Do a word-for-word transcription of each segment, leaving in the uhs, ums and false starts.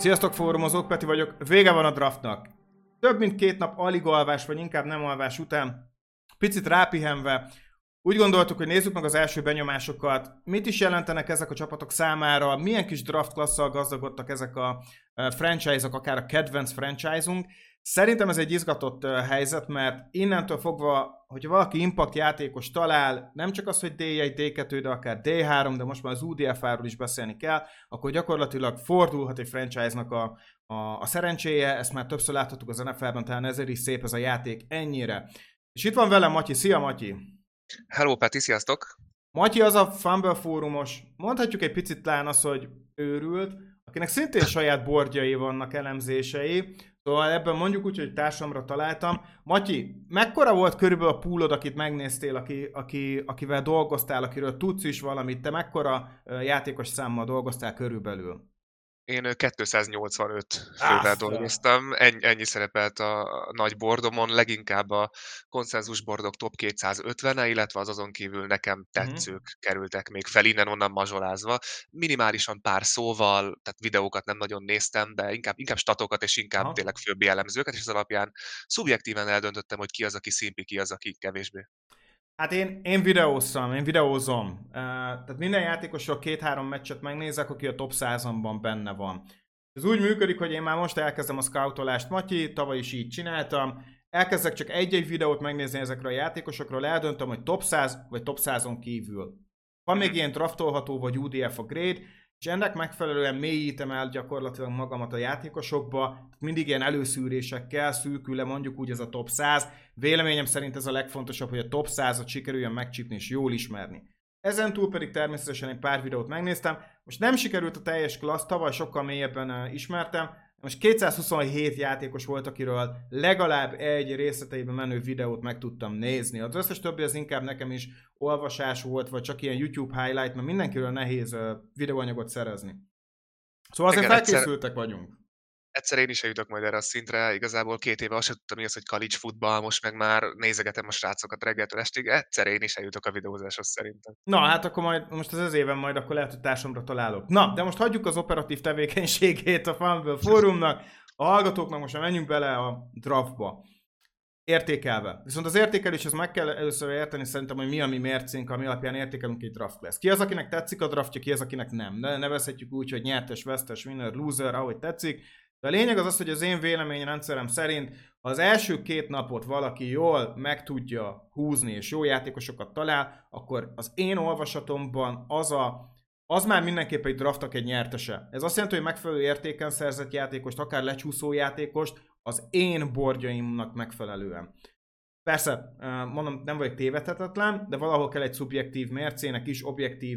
Sziasztok fórumozók, Peti vagyok, vége van a draftnak. Több mint két nap alig alvás, vagy inkább nem alvás után, picit rápihenve, úgy gondoltuk, hogy nézzük meg az első benyomásokat, mit is jelentenek ezek a csapatok számára, milyen kis draft klasszal gazdagodtak ezek a franchise-ok, akár a kedvenc franchise-unk. Szerintem ez egy izgatott helyzet, mert innentől fogva, hogyha valaki impact játékos talál, nem csak az, hogy dé egy, dé kettő, de akár dé három, de most már az u dé ef á-ról is beszélni kell, akkor gyakorlatilag fordulhat egy franchise-nak a, a, a szerencséje, ezt már többször láthattuk az en ef el-ben, talán ezért is szép ez a játék ennyire. És itt van velem Matyi, szia Matyi! Hello Peti, sziasztok! Matyi az a Fumble fórumos, mondhatjuk egy picit talán az, hogy őrült, akinek szintén saját bordjai vannak, elemzései, szóval ebben mondjuk úgy, hogy társamra találtam. Matyi, mekkora volt körülbelül a poolod, akit megnéztél, aki, aki, akivel dolgoztál, akiről tudsz is valamit, te mekkora játékos számmal dolgoztál körülbelül? Én kétszáznyolcvanöt fővel dolgoztam, ennyi, ennyi szerepelt a nagy bordomon, leginkább a konszenzus bordok top kétszázötvene, illetve az azon kívül nekem tetszők uh-huh. kerültek még fel, innen-onnan mazsolázva. Minimálisan pár szóval, tehát videókat nem nagyon néztem, de inkább, inkább statokat és inkább uh-huh. tényleg főbb jellemzőket, és az alapján szubjektíven eldöntöttem, hogy ki az, aki szimpi, ki az, aki kevésbé. Hát én, én videózom, én videózom. Uh, tehát minden játékosról két-három meccset megnézek, aki a top százamban benne van. Ez úgy működik, hogy én már most elkezdem a scoutolást, Matyi, tavaly is így csináltam. Elkezdek csak egy-egy videót megnézni ezekről a játékosokról, eldöntöm, hogy top száz vagy top százon kívül. Van még ilyen draftolható vagy u dé ef a grade, és ennek megfelelően mélyítem el gyakorlatilag magamat a játékosokba, mindig ilyen előszűrésekkel szűkül le mondjuk úgy ez a top száz. Véleményem szerint ez a legfontosabb, hogy a top százat sikerüljön megcsípni és jól ismerni. Ezen túl pedig természetesen egy pár videót megnéztem. Most nem sikerült a teljes klassz, tavaly sokkal mélyebben ismertem. Most kétszázhuszonhét játékos volt, akiről legalább egy részleteiben menő videót meg tudtam nézni. Az összes többi az inkább nekem is olvasás volt, vagy csak ilyen YouTube highlight, mert mindenkiről nehéz videóanyagot szerezni. Szóval azért Igen, felkészültek egyszer, vagyunk. Egyszer én is eljutok majd erre a szintre, igazából két éve azt sem tudtam, mi az, hogy college futball, most meg már nézegetem a srácokat reggeltől estig, egyszer én is eljutok a videózáshoz szerintem. Na, hát akkor majd, most az ez éven majd akkor lehet, hogy társamra találok. Na, de most hagyjuk az operatív tevékenységét a Fumble fórumnak, a hallgatóknak most már menjünk bele a draftba. Értékelve. Viszont az értékeléshez meg kell először érteni szerintem, hogy mi a mi mércénk, ami alapján értékelünk egy draft lesz. Ki az, akinek tetszik a draftja, ki az, akinek nem. Ne, nevezhetjük úgy, hogy nyertes, vesztes, winner, loser, ahogy tetszik. De a lényeg az az, hogy az én véleményrendszerem szerint, ha az első két napot valaki jól meg tudja húzni és jó játékosokat talál, akkor az én olvasatomban az, a, az már mindenképp egy draftnak egy nyertese. Ez azt jelenti, hogy megfelelő értéken szerzett játékost, akár lecsúszó játékost, az én bordjaimnak megfelelően. Persze, mondom, nem vagyok tévedhetetlen, de valahol kell egy szubjektív mércének is objektív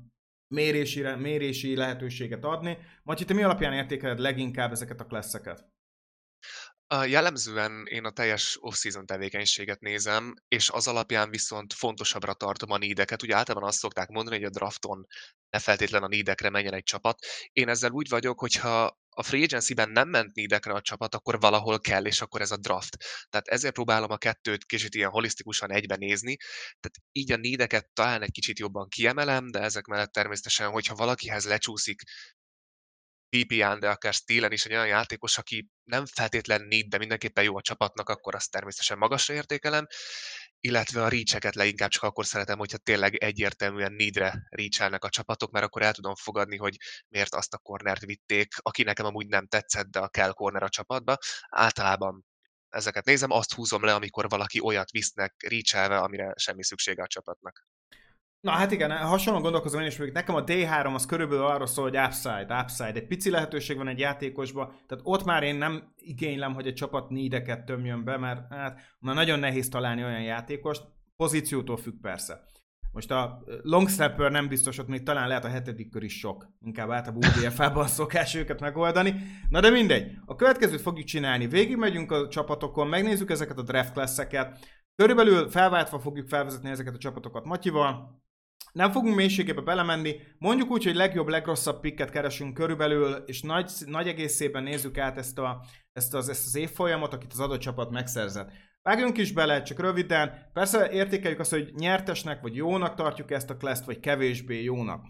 mérési, mérési lehetőséget adni. Matyi, te mi alapján értékeled leginkább ezeket a klasszeket? Uh, jellemzően én a teljes off-season tevékenységet nézem, és az alapján viszont fontosabbra tartom a needeket. Ugye általában azt szokták mondani, hogy a drafton ne feltétlen a needekre menjen egy csapat. Én ezzel úgy vagyok, hogyha a free agency-ben nem ment needekre a csapat, akkor valahol kell, és akkor ez a draft. Tehát ezért próbálom a kettőt kicsit ilyen holisztikusan egyben nézni. Tehát így a needeket talán egy kicsit jobban kiemelem, de ezek mellett természetesen, hogyha valakihez lecsúszik pé pé án, de akár Stealen is egy olyan játékos, aki nem feltétlen need, de mindenképpen jó a csapatnak, akkor azt természetesen magasra értékelem, illetve a reach-eket leginkább csak akkor szeretem, hogyha tényleg egyértelműen need-re reach-elnek a csapatok, mert akkor el tudom fogadni, hogy miért azt a cornert vitték, aki nekem amúgy nem tetszett, de a kell corner a csapatba. Általában ezeket nézem, azt húzom le, amikor valaki olyat visznek reach-elve, amire semmi szüksége a csapatnak. Na hát igen, hasonlóan gondolkozom én is, hogy nekem a dé három az körülbelül arról szól, hogy upside, upside. Egy pici lehetőség van egy játékosban, tehát ott már én nem igénylem, hogy egy csapat needeket tömjön be, mert hát már nagyon nehéz találni olyan játékost, pozíciótól függ persze. Most a long snapper nem biztos, ott még talán lehet a hetedik kör is sok. Inkább általában u dé ef á-ban szokás őket megoldani. Na de mindegy. A következőt fogjuk csinálni. Végigmegyünk a csapatokon, megnézzük ezeket a draft class-eket. Körülbelül felváltva fogjuk felvezetni ezeket a csapatokat Matyival. Nem fogunk mélységebe belemenni, mondjuk úgy, hogy legjobb, legrosszabb picket keresünk körülbelül, és nagy, nagy egészében nézzük át ezt, a, ezt, az, ezt az évfolyamot, akit az adott csapat megszerzett. Vágjunk is bele, csak röviden. Persze értékeljük azt, hogy nyertesnek vagy jónak tartjuk ezt a class-t, vagy kevésbé jónak.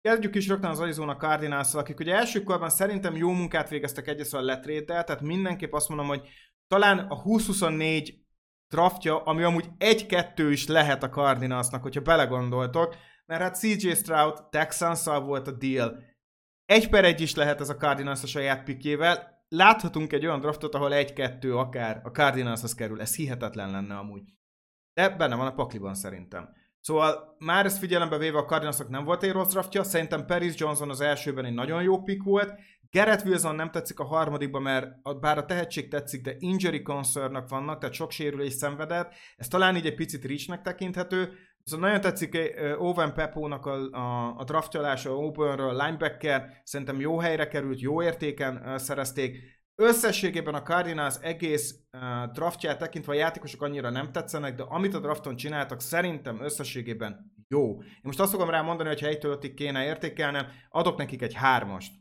Kezdjük is rögtön az Arizona cardinals akik ugye első körben szerintem jó munkát végeztek egyeszer a letréddel, tehát mindenképp azt mondom, hogy talán a húsz huszonnégy draftja, ami amúgy egy-kettő is lehet a Cardinalsnak, hogyha belegondoltok, mert hát cé jé Stroud Texanszal volt a deal. Egy per egy is lehet ez a Cardinals a saját pikjével. Láthatunk egy olyan draftot, ahol egy-kettő akár a Cardinalshoz kerül. Ez hihetetlen lenne amúgy. De benne van a pakliban szerintem. Szóval már ezt figyelembe véve a Cardinalsnak nem volt egy rossz draftja, szerintem Paris Johnson az elsőben egy nagyon jó pick volt, Garrett Wilson nem tetszik a harmadikban, mert bár a tehetség tetszik, de injury concernnak vannak, tehát sok sérülés szenvedett, ez talán így egy picit reachnek tekinthető, viszont nagyon tetszik Owen Pepónak a, a, a draftjalása Auburnről, linebacker, szerintem jó helyre került, jó értéken uh, szerezték, összességében a Cardinals egész uh, draftját tekintve a játékosok annyira nem tetszenek, de amit a drafton csináltak, szerintem összességében jó. Én most azt fogom rá mondani, hogy ha egytől ötig kéne értékelnem, adok nekik egy hármast.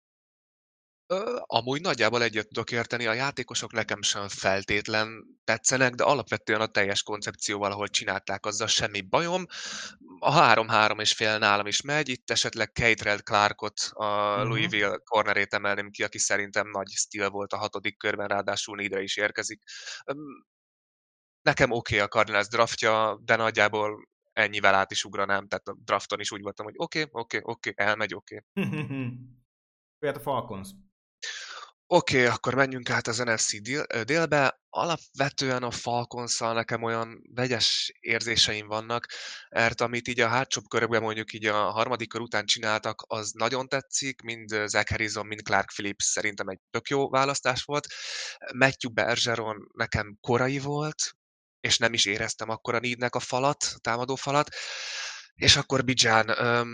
Ö, amúgy nagyjából egyet tudok érteni, a játékosok nekem sem feltétlen tetszenek, de alapvetően a teljes koncepcióval, ahol csinálták, azzal semmi bajom. A három-három és fél nálam is megy, itt esetleg Keitrell Clarkot, a Uh-huh. Louisville cornerét emelném ki, aki szerintem nagy stíl volt a hatodik körben, ráadásul négyre is érkezik. Nekem oké okay a Cardinals draftja, de nagyjából ennyivel át is ugranám, tehát a drafton is úgy voltam, hogy oké, okay, oké, okay, oké, okay, elmegy, oké. Okay. Jöhet a Falcons. Oké, okay, akkor menjünk át az en ef cé dél, délbe. Alapvetően a Falconsszal nekem olyan vegyes érzéseim vannak, mert amit így a hátsóbb körökben mondjuk így a harmadik kör után csináltak, az nagyon tetszik, mind Zach Harrison, mind Clark Phillips szerintem egy tök jó választás volt. Matthew Bergeron nekem korai volt, és nem is éreztem akkor a neednek a falat, a támadó falat. És akkor Bijan,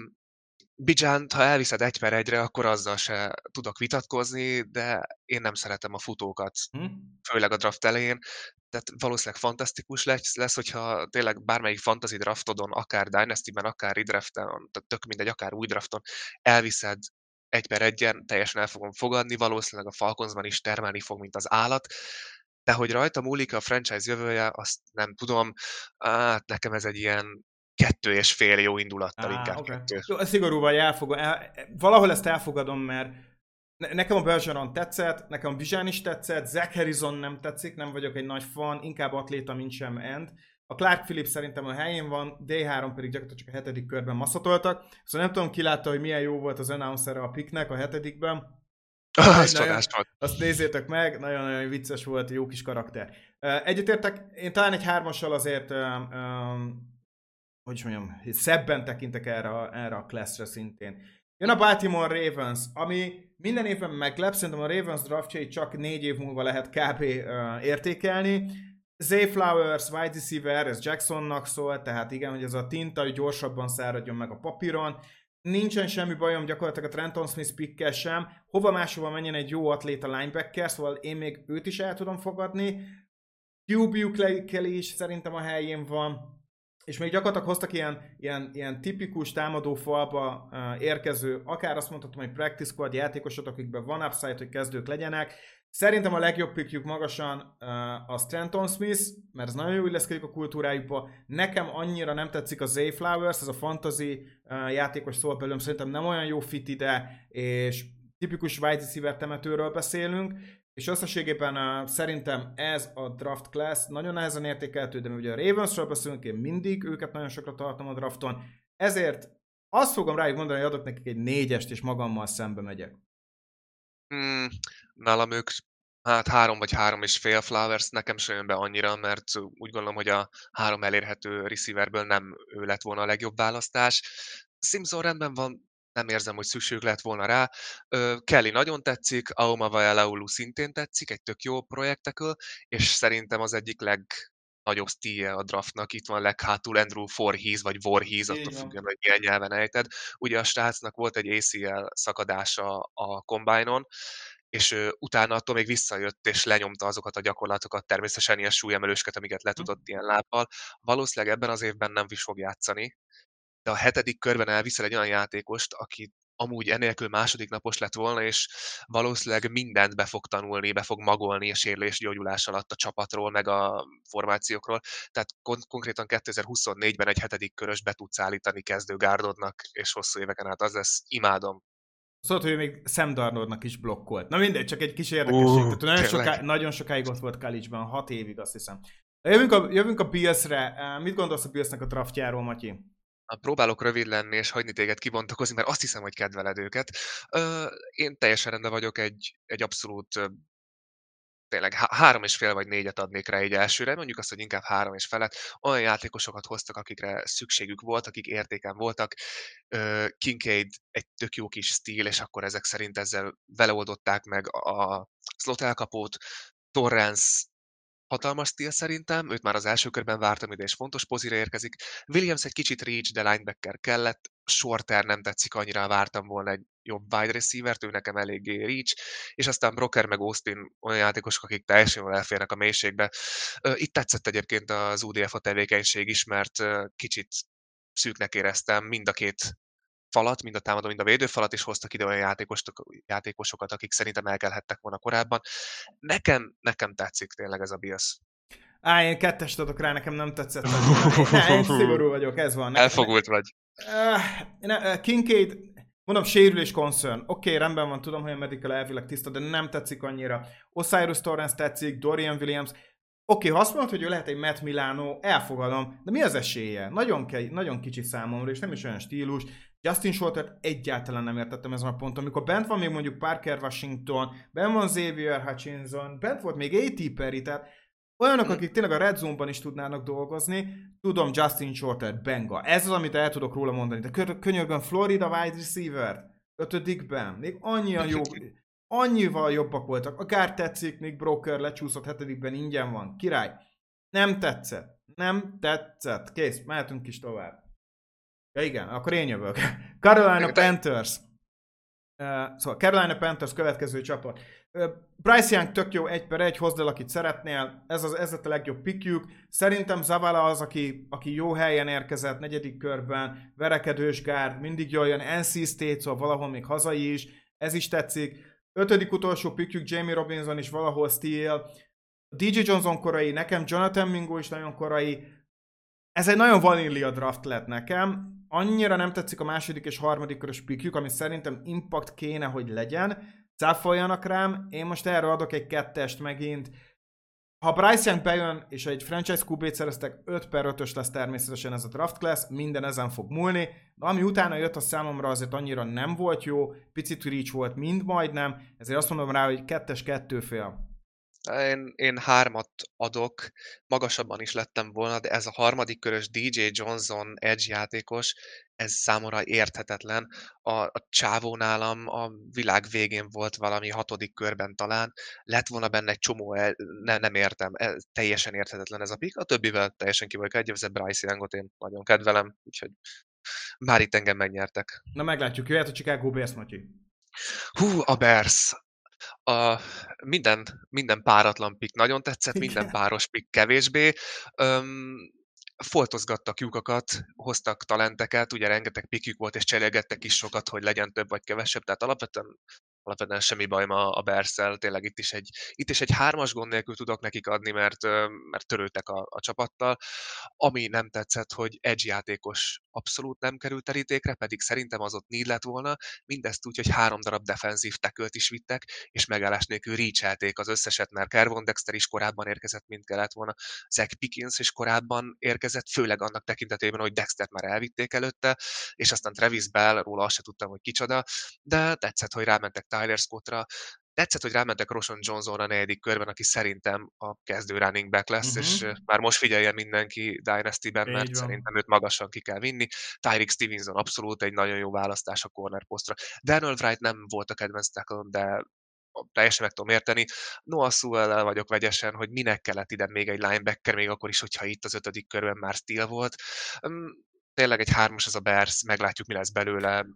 Bijánt, ha elviszed egy per egyre, akkor azzal se tudok vitatkozni, de én nem szeretem a futókat, Hm? főleg a draft elején, tehát valószínűleg fantasztikus lesz, lesz, hogyha tényleg bármelyik fantasy draftodon, akár Dynasty-ben, akár redraften, tehát tök mindegy, akár új drafton elviszed egy per egyen, teljesen el fogom fogadni, valószínűleg a Falconsban is termelni fog, mint az állat, de hogy rajta múlik a franchise jövője, azt nem tudom, hát nekem ez egy ilyen kettő és fél jó indulattal, Á, inkább okay. kettő. Jó, szigorú vagy, elfogom. El, valahol ezt elfogadom, mert ne, nekem a Bergeron tetszett, nekem a Bijan is tetszett, Zach Harrison nem tetszik, nem vagyok egy nagy fan, inkább atléta, mint sem end. A Clark Phillips szerintem a helyén van, dé három pedig gyakorlatilag csak a hetedik körben masszatoltak. Szóval nem tudom, ki látta, hogy milyen jó volt az announcer a picknek a hetedikben. Az csodás volt. Azt nézzétek meg, nagyon-nagyon vicces volt, jó kis karakter. Egyetértek, én talán egy hármassal azért um, um, hogy is mondjam, szebben tekintek erre a, erre a classre szintén. Jön a Baltimore Ravens, ami minden évben meglep, szerintem a Ravens draftjait csak négy év múlva lehet kb. Uh, értékelni. Zay Flowers, wide receiver, ez Jacksonnak szól, tehát igen, hogy ez a tinta, hogy gyorsabban száradjon meg a papíron. Nincsen semmi bajom gyakorlatilag a Trenton Smith pickkel sem. Hova máshova menjen egy jó atléta linebacker, szóval én még őt is el tudom fogadni. Q B Kelly is szerintem a helyén van. És még gyakorlatilag hoztak ilyen, ilyen, ilyen tipikus támadó falba uh, érkező, akár azt mondhatom, hogy practice squad játékosok, akikben van upside, hogy kezdők legyenek. Szerintem a legjobb pickjük magasan uh, a Trenton Smith, mert ez nagyon jó illeszkedik a kultúrájukba. Nekem annyira nem tetszik a Zay Flowers, ez a fantasy uh, játékos szól belőlem, szerintem nem olyan jó fit ide, és tipikus wide receiver temetőről beszélünk. És összességében uh, szerintem ez a draft class nagyon nehezen értékelhető, de mi ugye a Ravensről beszélünk, én mindig őket nagyon sokra tartom a drafton, ezért azt fogom rájuk mondani, hogy adok nekik egy négyest, és magammal szembe megyek. Hmm, nálam ők hát három vagy három és fél Flowers nekem sem jön be annyira, mert úgy gondolom, hogy a három elérhető receiverből nem ő lett volna a legjobb választás. Simpson rendben van, nem érzem, hogy szükség lett volna rá. Kelly nagyon tetszik, Auma Vaialaulu szintén tetszik, egy tök jó projektekül, és szerintem az egyik legnagyobb stílje a draftnak. Itt van leghátul Andrew Voorhees, vagy Voorhees, attól függően, hogy milyen nyelven ejted. Ugye a srácnak volt egy á cé el szakadása a Combine-on, és ö, utána attól még visszajött, és lenyomta azokat a gyakorlatokat, természetesen ilyen súlyemelősket, amiket le tudott ilyen lábbal. Valószínűleg ebben az évben nem is fog játszani, de a hetedik körben elviszel egy olyan játékost, aki amúgy enélkül második napos lett volna, és valószínűleg mindent be fog tanulni, be fog magolni a sérülés gyógyulás alatt a csapatról, meg a formációkról. Tehát kon- konkrétan kétezer-huszonnégyben egy hetedik körös be tudsz állítani kezdőgárdodnak, és hosszú éveken át az lesz. Imádom. Szóval, hogy ő még Sam Darnoldnak is blokkolt. Na mindegy, csak egy kis érdekesség. Ú, Tehát nagyon, soká, nagyon sokáig ott volt college-ban, hat évig azt hiszem. Jövünk a, jövünk a Bills-re. Mit gondolsz a Billsnek a draftjáról, Matyi? Próbálok rövid lenni, és hagyni téged kibontakozni, mert azt hiszem, hogy kedveled őket. Ö, én teljesen rendben vagyok, egy, egy abszolút ö, tényleg há- három és fél vagy négyet adnék rá egy elsőre, mondjuk azt, hogy inkább három és felet. Olyan játékosokat hoztak, akikre szükségük volt, akik értéken voltak. Ö, Kincaid egy tök jó kis stíl, és akkor ezek szerint ezzel vele oldották meg a slot elkapót. Torrance hatalmas stíl szerintem, őt már az első körben vártam ide, és fontos pozira érkezik. Williams egy kicsit reach, de linebacker kellett. Shorter nem tetszik annyira, vártam volna egy jobb wide receiver-t, ő nekem eléggé reach, és aztán Broker meg Austin olyan játékosok, akik teljesen jól elférnek a mélységbe. Ö, Itt tetszett egyébként az u dé ef a tevékenység is, mert ö, kicsit szűknek éreztem mind a két falat, mind a támadó, mind a védőfalat, és hoztak ide olyan játékosokat, játékosokat, akik szerintem elkelhettek volna korábban. Nekem, nekem tetszik tényleg ez a Bills. Á, én kettest adok rá, nekem nem tetszett. Ne, én szigorú vagyok, ez van. Elfogult vagy. Uh, Kincaid, mondom, sérülés concern. Oké, okay, rendben van, tudom, hogy a medical elvileg tiszta, de nem tetszik annyira. Osiris Torrance tetszik, Dorian Williams. Oké, okay, ha azt mondod, hogy ő lehet egy Matt Milano, elfogadom, de mi az esélye? Nagyon, ke- nagyon kicsi számomra, és nem is olyan stílus. Justin Shortert egyáltalán nem értettem ezen a ponton. Amikor bent van még mondjuk Parker Washington, bent van Xavier Hutchinson, bent volt még á té Perry, tehát olyanok, akik tényleg a Red Zone-ban is tudnának dolgozni, tudom, Justin Shorter, benga. Ez az, amit el tudok róla mondani. De kö- könyörgön Florida wide receiver, ötödikben, még annyian jó, annyival jobbak voltak. Akár tetszik, még Broker lecsúszott hetedikben, ingyen van. Király. Nem tetszett. Nem tetszett. Kész, mehetünk is tovább. Ja igen, akkor én jövök. Carolina Panthers. Uh, szóval Carolina Panthers következő csapat. Uh, Bryce Young tök jó, egy per egy, hozd el, akit szeretnél. Ez, az, ez lett a legjobb pickjük. Szerintem Zavala az, aki, aki jó helyen érkezett, negyedik körben, verekedős gárd, mindig jól jön, en cé State, szóval valahol még hazai is. Ez is tetszik. Ötödik utolsó pickjük, Jamie Robinson is valahol steal. dé jé Johnson korai, nekem Jonathan Mingo is nagyon korai. Ez egy nagyon vanília draft lett nekem. Annyira nem tetszik a második és harmadik körös pickjük, ami szerintem impact kéne, hogy legyen. Cáfoljanak rám, én most erről adok egy kettest megint. Ha Bryce Young bejön, és egy franchise kú bét szereztek, öt per ötös lesz természetesen ez a draft class, minden ezen fog múlni. De ami utána jött, a számomra azért annyira nem volt jó, picit reach volt, mind majdnem, ezért azt mondom rá, hogy kettes kettőfél. Én, én hármat adok, magasabban is lettem volna, de ez a harmadik körös dé jé Johnson edge játékos, ez számomra érthetetlen. A, a csávó nálam a világ végén volt valami hatodik körben talán, lett volna benne egy csomó, el, ne, nem értem, ez, teljesen érthetetlen ez a pick, a többivel teljesen ki vagyok egyezve, Bryce Youngot én nagyon kedvelem, úgyhogy bár itt engem megnyertek. Na meglátjuk, jöhet a Chicago Bears, Matyi. Hú, a Bears! A minden, minden páratlan pick nagyon tetszett, minden Igen. páros pick kevésbé. Öm, foltozgattak lyukakat, hoztak talenteket, ugye rengeteg pickjük volt, és cserélgettek is sokat, hogy legyen több vagy kevesebb, tehát alapvetően alapvetően semmi bajom a, a Bears-szel, tényleg itt is, egy, itt is egy hármas gond nélkül tudok nekik adni, mert, mert törődtek a, a csapattal. Ami nem tetszett, hogy edge játékos abszolút nem került terítékre, pedig szerintem az ott need lett volna, mindezt úgy, hogy három darab defenzív tackle-t is vittek, és megállás nélkül reach-elték az összeset, mert Kervon Dexter is korábban érkezett, mint kellett volna. Zach Pickens is korábban érkezett, főleg annak tekintetében, hogy Dextert már elvitték előtte, és aztán Travis Bell, róla azt se tudtam, hogy kicsoda, de tetszett, hogy rámentek Tyler Scottra, tetszett, hogy rámentek Roschon Johnsonra a negyedik körben, aki szerintem a kezdő running back lesz, uh-huh. és már most figyelje mindenki Dynasty-ben, mert szerintem őt magasan ki kell vinni. Tyreek Stevenson abszolút egy nagyon jó választás a corner posztra. Daniel Wright nem volt a kedvenc tackle, de teljesen meg tudom érteni. Noah Sewell-el vagyok vegyesen, hogy minek kellett ide még egy linebacker, még akkor is, hogyha itt az ötödik körben már steal volt. Tényleg egy hármas az a Bears, meglátjuk, mi lesz belőle.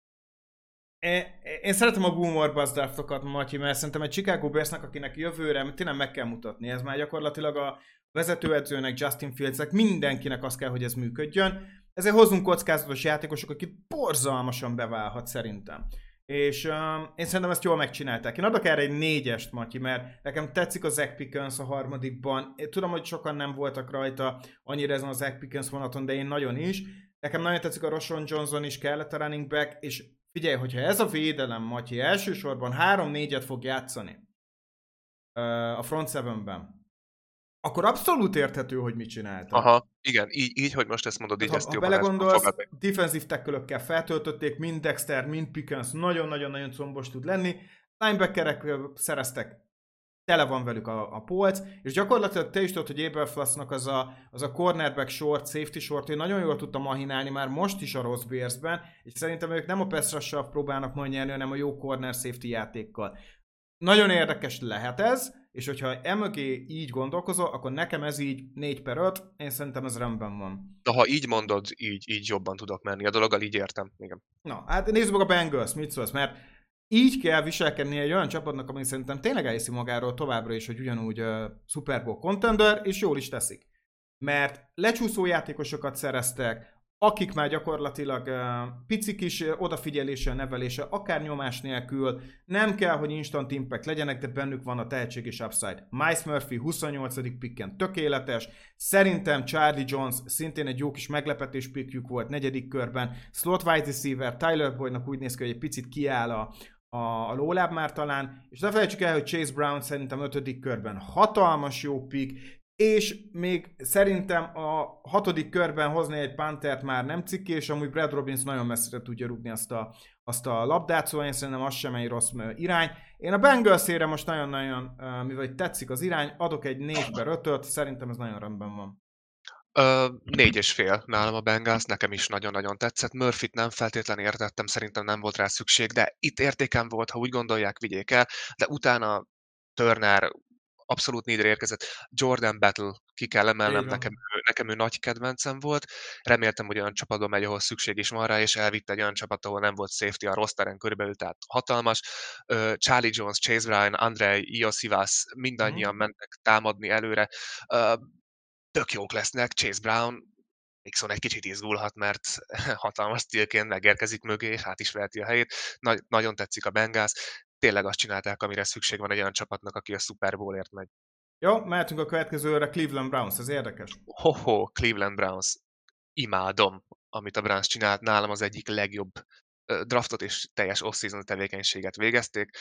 Én szeretem a boom or bust draftokat, Matyi, mert szerintem egy Chicago Bearsnek, akinek jövőre tényleg meg kell mutatni. Ez már gyakorlatilag a vezetőedzőnek, Justin Fieldsnek, mindenkinek az kell, hogy ez működjön. ezért hozzunk kockázatos játékosok, akik borzalmasan beválhat szerintem. És um, én szerintem ezt jól megcsinálták. Én adok erre egy négyest, Matyi, mert nekem tetszik a Zach Pickens a harmadikban. Én tudom, hogy sokan nem voltak rajta annyira ezen a Zach Pickens vonaton, de én nagyon is. Nekem nagyon tetszik a Roschon Johnson is, kellett a running back, és figyelj, hogyha ez a védelem, Matyi, elsősorban három-négyet fog játszani uh, a front sevenben, akkor abszolút érthető, hogy mit csináltak. Aha, igen, így, így hogy most ezt mondod, így ha, ezt ha jobban belegondolsz, defensive tackle-ökkel feltöltötték, mind Dexter, mind Pickens, nagyon-nagyon-nagyon combos tud lenni. Linebackerek szereztek, tele van velük a, a polc, és gyakorlatilag te is tudod, hogy Eberflussnak az a, az a cornerback short, safety short, ő nagyon jól tudta mahinálni már most is a rossz Bearsben, és szerintem ők nem a pass rush-sal próbálnak majd nyerni, hanem a jó corner safety játékkal. Nagyon érdekes lehet ez, és hogyha emögé így gondolkozol, akkor nekem ez így négy per öt, én szerintem ez rendben van. De ha így mondod, így, így jobban tudok menni a dologgal, így értem. Igen. Na, hát nézzük meg a Bengals, mit szólsz, mert így kell viselkedni egy olyan csapatnak, ami szerintem tényleg elhiszi magáról továbbra is, hogy ugyanúgy uh, Super Bowl contender, és jól is teszik. Mert lecsúszó játékosokat szereztek, akik már gyakorlatilag uh, pici kis uh, odafigyeléssel, neveléssel, akár nyomás nélkül, nem kell, hogy instant impact legyenek, de bennük van a tehetség és upside. Miles Murphy huszonnyolcadik picken tökéletes, szerintem Charlie Jones szintén egy jó kis meglepetés pickjük volt negyedik körben, slot wide receiver, Tyler Boydnak úgy néz ki, hogy egy picit kiáll a, a, a lóláb már talán, és ne felejtsük el, hogy Chase Brown szerintem ötödik körben hatalmas jó pick, és még szerintem a hatodik körben hozni egy Panthert már nem cikki, és amúgy Brad Robbins nagyon messzire tudja rúgni azt a, azt a labdát, szóval én szerintem az sem egy rossz irány. Én a Bengalsére most nagyon-nagyon, mivel tetszik az irány, adok egy négy per ötöt, szerintem ez nagyon rendben van. Ö, négy és fél nálam a Bengals, nekem is nagyon-nagyon tetszett. Murphyt nem feltétlenül értettem, szerintem nem volt rá szükség, de itt értékem volt, ha úgy gondolják, vigyék el, de utána Turner abszolút négyre érkezett. Jordan Battle, ki kell emelnem, nekem, nekem ő nagy kedvencem volt. Reméltem, hogy olyan csapatba megy, ahol szükség is van rá, és elvitte egy olyan csapat, ahol nem volt safety a rosteren körülbelül, tehát hatalmas. Uh, Charlie Jones, Chase Bryan, Andrei Iosivas mindannyian mm. mentek támadni előre. Uh, tök jók lesznek, Chase Brown Mixon egy kicsit izgulhat, mert hatalmas stílként megérkezik mögé, és át is veheti a helyét. Nagy, nagyon tetszik a Bengals. Tényleg azt csinálták, amire szükség van egy olyan csapatnak, aki a Super Bowlért megy. Jó, mehetünk a következőre, Cleveland Browns, ez érdekes. Ho-ho, Cleveland Browns. Imádom, amit a Browns csinált. Nálam az egyik legjobb draftot és teljes off-season tevékenységet végezték.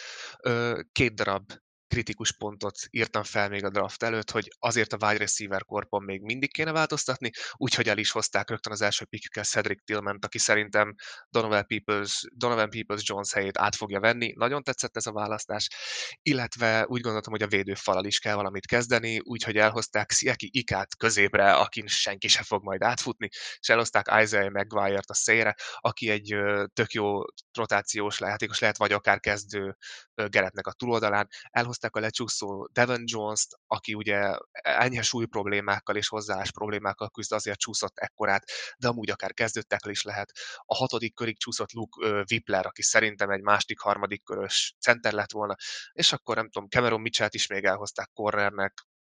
Két darab kritikus pontot írtam fel még a draft előtt, hogy azért a wide receiver korpon még mindig kéne változtatni, úgyhogy el is hozták rögtön az első pickükkel Cedric Tillmant, aki szerintem Donovan Peoples, Donovan Peoples-Jones helyét át fogja venni. Nagyon tetszett ez a választás, illetve úgy gondoltam, hogy a védőfalal is kell valamit kezdeni, úgyhogy elhozták Siaki Ikát középre, akin senki se fog majd átfutni, és elhozták Isaiah Maguire-t a szélre, aki egy tök jó rotációs játékos lehet, vagy akár kezdő Gerettnek a túloldalán. Elhozták a lecsúszó Devon Jones-t, aki ugye enyhe súly problémákkal és hozzáállás problémákkal küzd, azért csúszott ekkorát, de amúgy akár kezdőttekkel is lehet. A hatodik körig csúszott Luke Whippler, aki szerintem egy második, harmadik körös center lett volna, és akkor nem tudom, Cameron Mitchell-t is még elhozták cornernek,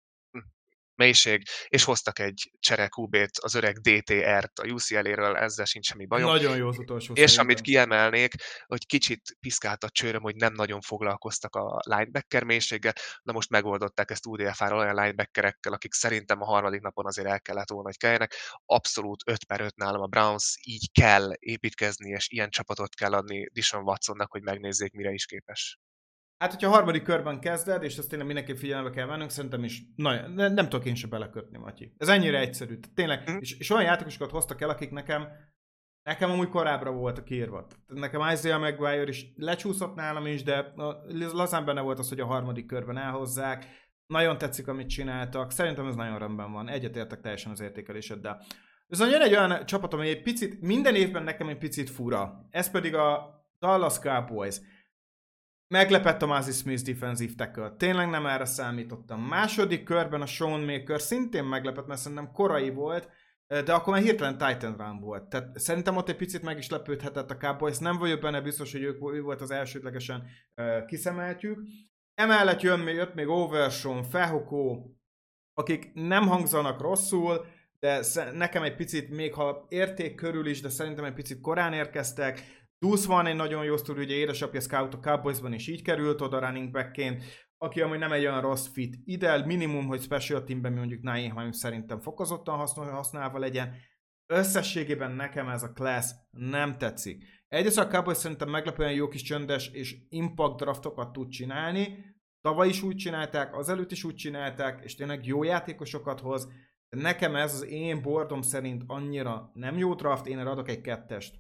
mélység, és hoztak egy csere kú bét, az öreg dé té er-t a u cé el-éről, ezzel sincs semmi bajom. Nagyon jó az utolsó. És szerintem. Amit kiemelnék, hogy kicsit piszkált a csőröm, hogy nem nagyon foglalkoztak a linebacker mélységgel, na most megoldották ezt u dé ef á-ral olyan linebackerekkel, akik szerintem a harmadik napon azért el kellett volna, hogy kelljenek. Abszolút öt per öt nálam a Browns, így kell építkezni, és ilyen csapatot kell adni Deshaun Watsonnak, hogy megnézzék, mire is képes. Hát, hogyha a harmadik körben kezded, és ezt tényleg mindenképp figyelembe kell vennünk, szerintem is, na, nem, nem tudok én se belekötni, Matyi. Ez ennyire egyszerű. Tényleg, mm. és, és olyan játékosokat hoztak el, akik nekem, nekem amúgy korábbra voltak írva. Nekem Isaiah Maguire is lecsúszott nálam is, de lazán benne volt az, hogy a harmadik körben elhozzák. Nagyon tetszik, amit csináltak. Szerintem ez nagyon rendben van. Egyetértek teljesen az értékeléseddel. Viszont jön egy olyan csapat, ami egy picit, minden évben nekem egy picit fura. Ez pedig a Dallas Cowboys. Meglepett a Mazi Smith defensive tackle. Tényleg nem erre számítottam. Második körben a Sean Maker szintén meglepett, mert szerintem korai volt, de akkor már hirtelen Titan Run volt. Tehát szerintem ott egy picit meg is lepődhetett a Cowboys. Nem vagyok benne biztos, hogy ők, ő volt az elsődlegesen uh, kiszemeltjük. Emellett jön még, jött még Overshawn, Fehoko, akik nem hangzanak rosszul, de nekem egy picit, még ha érték körül is, de szerintem egy picit korán érkeztek. Deuce van egy nagyon jó sztori, ugye édesapja scout a Cowboysban is így került oda running backként, aki amúgy nem egy olyan rossz fit ide, minimum, hogy special teamben mondjuk Nyheim szerintem fokozottan használva legyen. Összességében nekem ez a class nem tetszik. Egyrészt a Cowboys szerintem meglepően jó kis csöndes és impact draftokat tud csinálni. Tavaly is úgy csinálták, azelőtt is úgy csinálták, és tényleg jó játékosokat hoz. De nekem ez az én bordom szerint annyira nem jó draft, én erre adok egy kettest.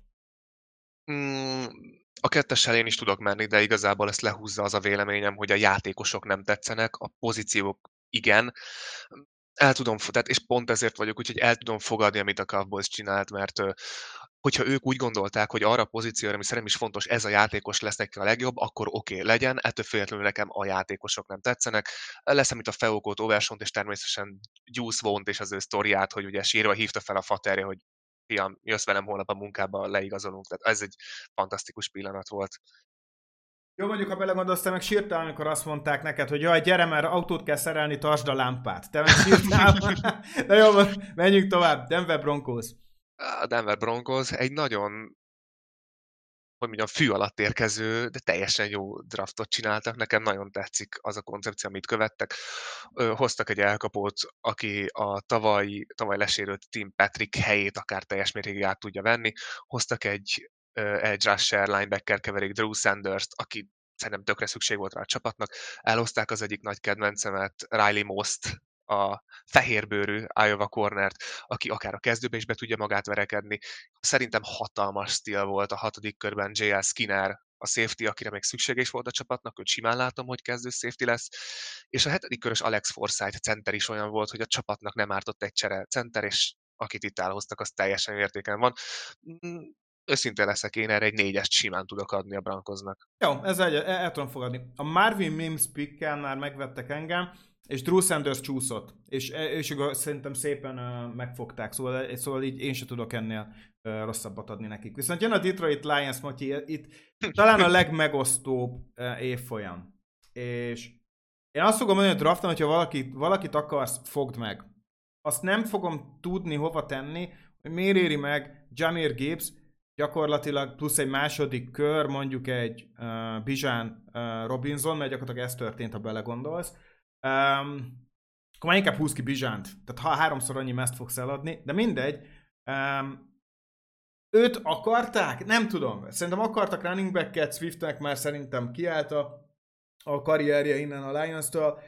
Mm, a kettessel én is tudok menni, de igazából ezt lehúzza az a véleményem, hogy a játékosok nem tetszenek, a pozíciók igen. El tudom, tehát és pont ezért vagyok, úgyhogy el tudom fogadni, amit a Cowboys csinált, mert hogyha ők úgy gondolták, hogy arra a pozícióra, ami szerintem is fontos, ez a játékos lesz neki a legjobb, akkor oké, okay, legyen, ettől függetlenül nekem a játékosok nem tetszenek. Lesz, amit a Feokót, Oversont, és természetesen Juice Vaughn-t és az ő sztoriát, hogy ugye sírva hívta fel a faterje, hogy fiam, jössz velem holnap a munkába, leigazolunk. Tehát ez egy fantasztikus pillanat volt. Jó, mondjuk, ha belegondolsz, te meg sírtál, amikor azt mondták neked, hogy jaj, gyere, mert autót kell szerelni, tartsd a lámpát. Te meg sírtál. De jó, menjünk tovább. Denver Broncos. A Denver Broncos egy nagyon, hogy mondjam, fű alatt érkező, de teljesen jó draftot csináltak. Nekem nagyon tetszik az a koncepció, amit követtek. Ö, hoztak egy elkapót, aki a tavaly, tavaly lesérült Tim Patrick helyét akár teljes mértékig át tudja venni. Hoztak egy uh, edge rusher linebacker keverék Drew Sanders-t, aki szerintem tökre szükség volt rá a csapatnak. Elhozták az egyik nagy kedvencemet, Riley Most, a fehérbőrű Iowa cornert, aki akár a kezdőbe is be tudja magát verekedni. Szerintem hatalmas stíl volt a hatodik körben J L Skinner, a safety, akire még szüksége is volt a csapatnak, őt simán látom, hogy kezdő safety lesz. És a hetedik körös Alex Forsythe center is olyan volt, hogy a csapatnak nem ártott egy csere center, és akit itt elhoztak, az teljesen értéken van. Őszintén leszek, én erre egy négyest simán tudok adni a Broncosnak. Jó, ez egy, el, el tudom fogadni. A Marvin Mims pickkel már megvettek engem, és Drew Sanders csúszott, és, és szerintem szépen uh, megfogták, szóval, szóval így én sem tudok ennél uh, rosszabbat adni nekik. Viszont jön a Detroit Lions, Matyi, itt talán a legmegosztóbb uh, évfolyam. És én azt fogom mondani a drafton, hogyha valakit, valakit akarsz, fogd meg. Azt nem fogom tudni hova tenni, hogy miért éri meg Jahmyr Gibbs, gyakorlatilag plusz egy második kör, mondjuk egy uh, Bijan uh, Robinson, mert gyakorlatilag ez történt, ha belegondolsz. Um, akkor már inkább húz ki Bijant. Tehát ha háromszor annyi meszt fogsz eladni, de mindegy. Um, őt akarták? Nem tudom. Szerintem akartak running back-et, Swiftnek már szerintem kiállt a, a karrierje innen a Lions-től.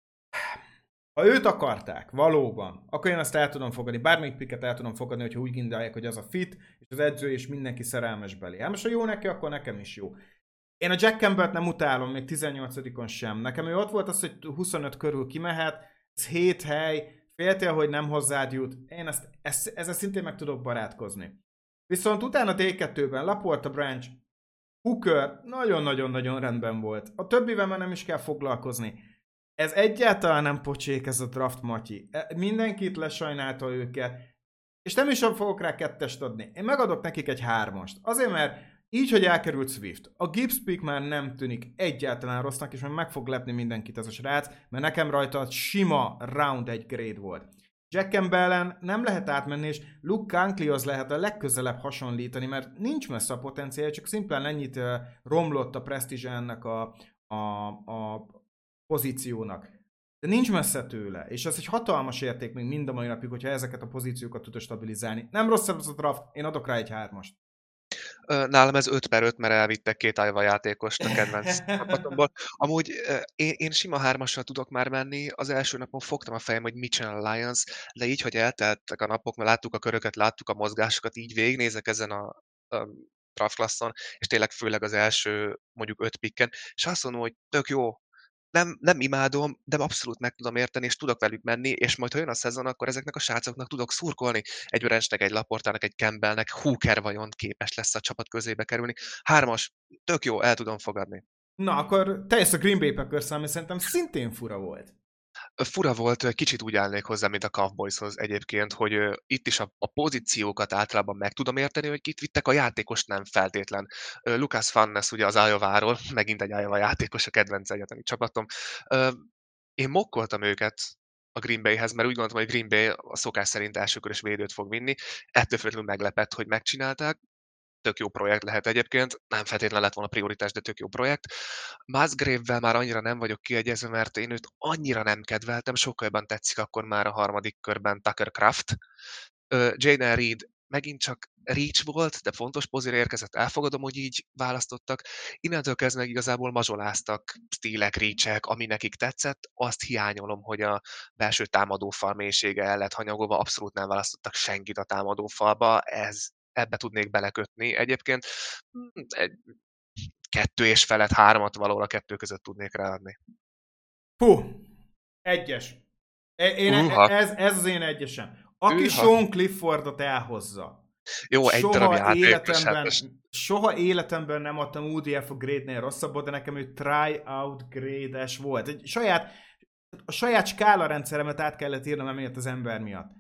Ha őt akarták, valóban, akkor én azt el tudom fogadni. Bármelyik picket el tudom fogadni, hogyha úgy gondolják, hogy az a fit, és az edző, és mindenki szerelmes belé. Hát most, ha jó neki, akkor nekem is jó. Én a Jack Campbell-t nem utálom, még tizennyolcadikon sem. Nekem ő ott volt az, hogy huszonöt körül kimehet, ez hét hely, féltél, hogy nem hozzád jut. Én ezt, ezt, ezzel szintén meg tudok barátkozni. Viszont utána D kettőben Laporta, Branch, Hooker nagyon-nagyon-nagyon rendben volt. A többivel már nem is kell foglalkozni. Ez egyáltalán nem pocsék ez a draft, Matyi. Mindenkit lesajnálta őket, és nem is fogok rá kettest adni. Én megadok nekik egy hármast. Azért, mert így, hogy elkerült Swift, a Gibbs pick már nem tűnik egyáltalán rossznak, és már meg fog lepni mindenkit ez a srác, mert nekem rajta sima round egy grade volt. Jack Campbell-en nem lehet átmenni, és Luke Kuechlyhoz lehet a legközelebb hasonlítani, mert nincs messze a potenciál, csak szimplán ennyit romlott a presztízse ennek a, a, a pozíciónak. De nincs messze tőle, és ez egy hatalmas érték még mind a mai napig, hogyha ezeket a pozíciókat tudod stabilizálni. Nem rosszabb az a draft, én adok rá egy hármast. Nálam ez öt per öt, mert elvittek két Iowa játékost a kedvenc csapatomból. Amúgy én, én sima hármassal tudok már menni, az első napon fogtam a fejem, hogy mit csinál a Lions, de így, hogy elteltek a napok, mert láttuk a köröket, láttuk a mozgásokat, így végignézek ezen a, a draft classon, és tényleg főleg az első mondjuk öt picken, és azt mondom, hogy tök jó, nem, nem imádom, de abszolút meg tudom érteni, és tudok velük menni, és majd, ha jön a szezon, akkor ezeknek a srácoknak tudok szurkolni. Egy Branchnek, egy Laportának, egy Campbellnek, Hooker vajon képes lesz a csapat közébe kerülni. Hármas, tök jó, el tudom fogadni. Na, akkor te jössz a Green Bay Packers, ami szerintem szintén fura volt. Fura volt, kicsit úgy állnék hozzá, mint a Cowboyshoz egyébként, hogy uh, itt is a, a pozíciókat általában meg tudom érteni, hogy kit vittek, a játékos nem feltétlen. Uh, Lucas Van Ness ugye az Iowa-ról, megint egy Iowa játékos, a kedvenc egyetemi csapatom. Uh, én mokkoltam őket a Green Bayhez, mert úgy gondoltam, hogy Green Bay a szokás szerint elsőkörös védőt fog vinni. Ettől függetlenül meglepett, hogy megcsinálták. Tök jó projekt lehet egyébként, nem feltétlenül lett volna prioritás, de tök jó projekt. Musgrave-vel már annyira nem vagyok kiegyezve, mert én őt annyira nem kedveltem, sokkal jobban tetszik akkor már a harmadik körben Tucker Kraft. Ö, Jayden Reed megint csak reach volt, de fontos pozíra érkezett, elfogadom, hogy így választottak. Innentől kezdve meg igazából mazsoláztak, stílek, reachek, ami nekik tetszett. Azt hiányolom, hogy a belső támadófal mélysége el lett hanyagolva, abszolút nem választottak senkit a támadófalba, ez, ebbe tudnék belekötni. Egyébként hm, egy kettő és felett, háromat valahol a kettő között tudnék ráadni. Hú, egyes. E- Én, e- Uha, ez, ez az én egyesem. Aki uha. Sean Cliffordot elhozza, Jó, egy darab soha játékos, hát most életemben, soha életemben nem adtam U D F a grade-nél rosszabbot, de nekem ő try-out grade-es volt. Egy saját, a saját skála rendszeremet át kellett írnom emiatt az ember miatt.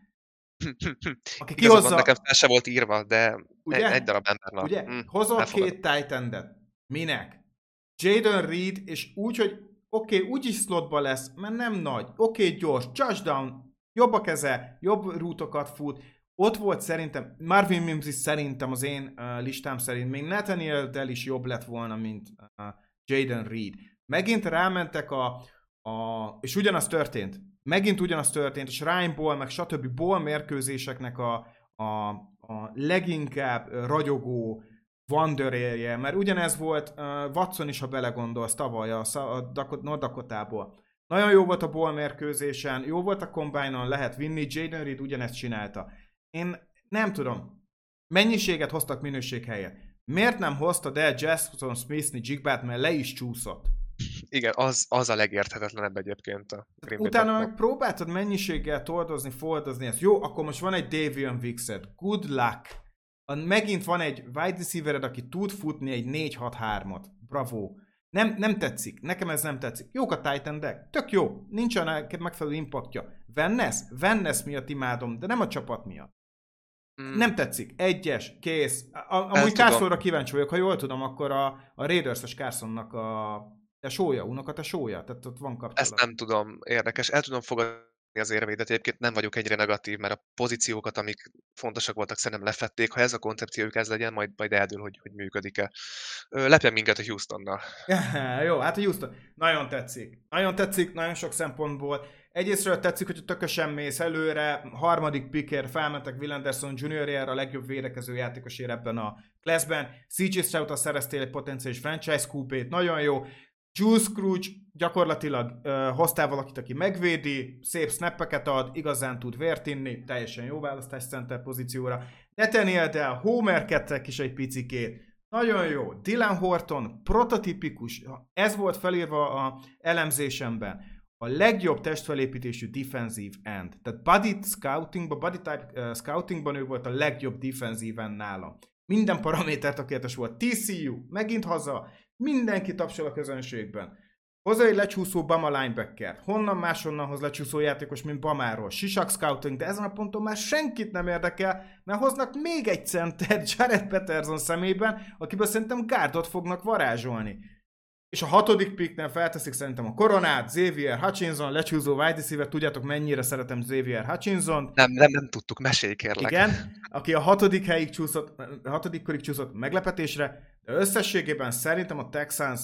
Aki igazad van, nekem kihozza, fel se volt írva, de egy, ugye? egy darab ember, na, Ugye? hm, Hozol elfogadom. két Titan-et. Minek? Jayden Reed, és úgy, hogy oké, okay, úgyis slotba lesz, mert nem nagy. Oké, okay, gyors, touchdown, jobb a keze, jobb rútokat fut. Ott volt szerintem, Marvin Mims is szerintem az én uh, listám szerint még Nathaniel-del is jobb lett volna, mint uh, Jayden Reed. Megint rámentek a, a... és ugyanaz történt. Megint ugyanaz történt, és Ryan Ball, meg stb. Ball mérkőzéseknek a, a, a leginkább ragyogó Wandererje, mert ugyanez volt uh, Watson is, ha belegondolsz, tavaly a, a Dakot, North Dakotából. Nagyon jó volt a Ball mérkőzésen, jó volt a Combine-on, lehet vinni, Jayden Reed ugyanezt csinálta. Én nem tudom, mennyiséget hoztak minőség helyett. Miért nem hoztad el Jackson Smith-ni Jigbát, mert le is csúszott? Igen, az, az a legérthetetlenebb egyébként a Green Bay Utána Packnek. meg próbáltad mennyiséggel tordozni, foldozni ezt. Jó, akkor most van egy Davion Wixed. Good luck. A, megint van egy wide receivered, aki tud futni egy négy hat hármat. Bravo. Nem, nem tetszik. Nekem ez nem tetszik. Jók a Titan deck. Tök jó. Nincsen megfelelő impaktja. Vennes? Vennes miatt imádom, de nem a csapat miatt. Mm. Nem tetszik. Egyes. Kész. A, amúgy Ezt tudom. Carsonra kíváncsi vagyok. Ha jól tudom, akkor a, a Raiders-es Carsonnak a te sója, unoka, te sója. Tehát ott van kapcsolat. Ezt nem tudom, érdekes. El tudom fogadni az érvédet, egyébként nem vagyok egyre negatív, mert a pozíciókat, amik fontosak voltak, szerintem lefették. Ha ez a koncepciójuk ez legyen, majd, majd eldől, hogy, hogy működik-e. Ö, Lepjen minket a Houstonnal. Jó, hát a Houston. Nagyon tetszik. Nagyon tetszik, nagyon sok szempontból. Egyrésztről tetszik, hogy tökösen mész előre, harmadik picker felmentek Will Anderson juniorjára, a legjobb védekező játékosért ebben a classben. cé jé Stroud-tal szereztél egy potenciális franchise kúpét, nagyon jó. Juice Scrooge gyakorlatilag uh, hoztál valakit, aki megvédi, szép snappeket ad, igazán tud vért inni, teljesen jó választás center pozícióra. Nathaniel-del homerkedtek is egy picikét. Nagyon jó. Dylan Horton, prototipikus, ez volt felírva a elemzésemben. A legjobb testfelépítésű defensive end. Tehát body scoutingban, body type uh, scoutingban ő volt a legjobb defensive end nálam. Minden paraméter tökéletes volt. té cé u, megint haza, mindenki tapsol a közönségben. Hozzá egy lecsúszó Bama linebacker. Honnan máshonnan hoz lecsúszó játékos, mint Bamáról. Sisak scouting, de ezen a ponton már senkit nem érdekel, mert hoznak még egy center Jared Peterson szemében, akiből szerintem gárdot fognak varázsolni. És a hatodik picknél felteszik szerintem a koronát, Xavier Hutchinson, lecsúszó wide receiver, tudjátok mennyire szeretem Xavier Hutchinson. Nem, nem, nem tudtuk, mesélj kérlek. Igen, aki a hatodik helyig csúszott, a hatodik korig csúszott meglepetésre, de összességében szerintem a Texans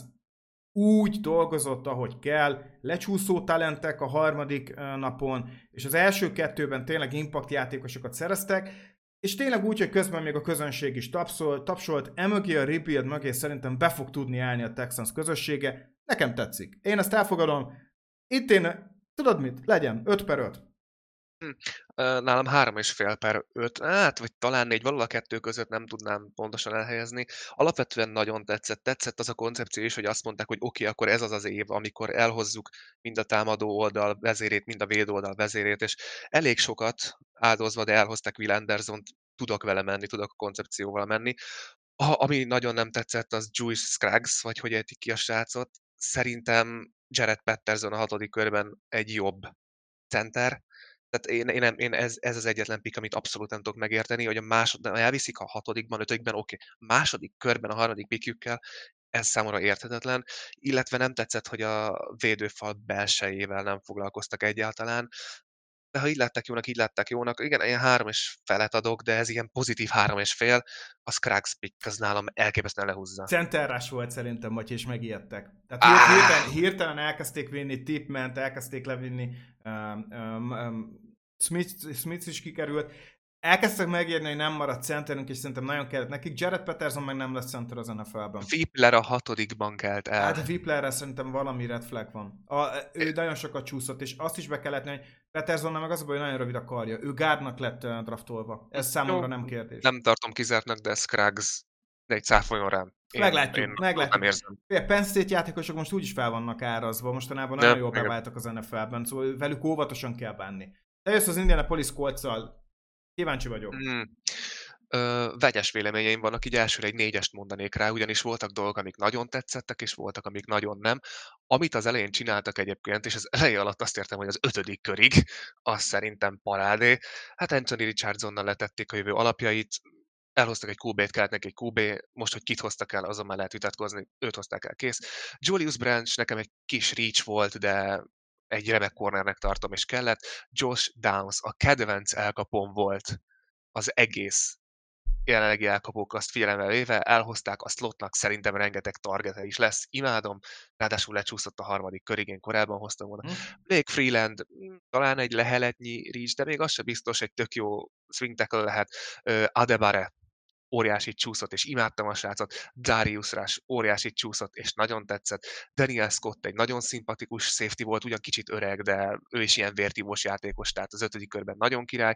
úgy dolgozott, ahogy kell, lecsúszó talentek a harmadik napon, és az első kettőben tényleg impact játékosokat szereztek, és tényleg úgy, hogy közben még a közönség is tapsol, tapsolt, emögé a rebuild mögé szerintem be fog tudni állni a Texans közössége. Nekem tetszik. Én ezt elfogadom. Itt én, tudod mit? Legyen, öt per öt. Hm. Nálam három és fél per öt, hát vagy talán négy, valahol a kettő között nem tudnám pontosan elhelyezni. Alapvetően nagyon tetszett. Tetszett az a koncepció is, hogy azt mondták, hogy oké, okay, akkor ez az az év, amikor elhozzuk mind a támadó oldal vezérét, mind a védő oldal vezérét, és elég sokat áldozva, de elhozták Will Andersont, tudok vele menni, tudok a koncepcióval menni. A, ami nagyon nem tetszett, az Juice Scruggs, vagy hogy ejtik ki a srácot. Szerintem Jared Patterson a hatodik körben egy jobb center. Tehát én, én, nem, én ez, ez az egyetlen pick, amit abszolút nem tudok megérteni, hogy a másod, elviszik a hatodikban, ötödikben, oké. Okay. Második körben a harmadik pickjükkel, Ez számomra érthetetlen, illetve nem tetszett, hogy a védőfal belsejével nem foglalkoztak egyáltalán. De ha így látták jónak, így látták jónak. Igen, ilyen három és felet adok, de ez ilyen pozitív három és fél. A Scruggs pick az nálam elképesztően lehúzza. Centerrás volt szerintem, vagy és megijedtek. Tehát hir- Áh! hirtelen, hirtelen elkezdték vinni, Tipment, elkezdték levinni, um, um, um, Smith, Smith is kikerült. Elkezdtek megérni, hogy nem maradt centerünk, és szerintem nagyon kellett nekik. Jared Peterson meg nem lesz center az en ef el-ben. Whippler a hatodikban kelt Hát a el. Whipplerrel szerintem valami red flag van. A, ő nagyon sokat csúszott, és azt is be kellett lenni, hogy Petersonnal meg az a baj, hogy nagyon rövid a karja. Ő guardnak lett uh, draftolva. Ez Jó, számomra nem kérdés. nem tartom kizártnak, de Scruggs de egy cáfoljon rám. Én, Meglátjuk, én abszolút nem meglátjuk. érzem. A Penn State játékosok most úgyis fel vannak árazva, mostanában Nem, nagyon jól igen. beváltak az en ef el-ben, szóval velük óvatosan kell bánni. Te jössz az Indianapolis Colts-szal, kíváncsi vagyok. Mm. Ö, vegyes véleményeim vannak, így elsőre egy négyest mondanék rá, ugyanis voltak dolgok, amik nagyon tetszettek, és voltak, amik nagyon nem. Amit az elején csináltak egyébként, és az eleje alatt azt értem, hogy az ötödik körig, az szerintem parádé. Hát Anthony Richardsonnal letették a jövő alapjait, elhoztak egy kú bét, kellett neki egy kú bé, most, hogy kit hoztak el, azon már lehet vitatkozni, őt hozták el, kész. Julius Branch nekem egy kis reach volt, de egy remek cornernek tartom, és kellett. Josh Downs, a kedvenc elkapom volt az egész jelenlegi elkapók azt figyelembe véve, elhozták a slotnak, szerintem rengeteg targete is lesz, imádom, ráadásul lecsúszott a harmadik körig, én korábban hoztam volna. Hm? Blake Freeland, mm, talán egy leheletnyi reach, de még az sem biztos, egy tök jó swing tackle lehet. Uh, Adebare, óriási csúszott, és imádtam a srácot. Darius Rush, óriási csúszott, és nagyon tetszett. Daniel Scott egy nagyon szimpatikus safety volt, ugyan kicsit öreg, de ő is ilyen vértívós játékos, tehát az ötödik körben nagyon király.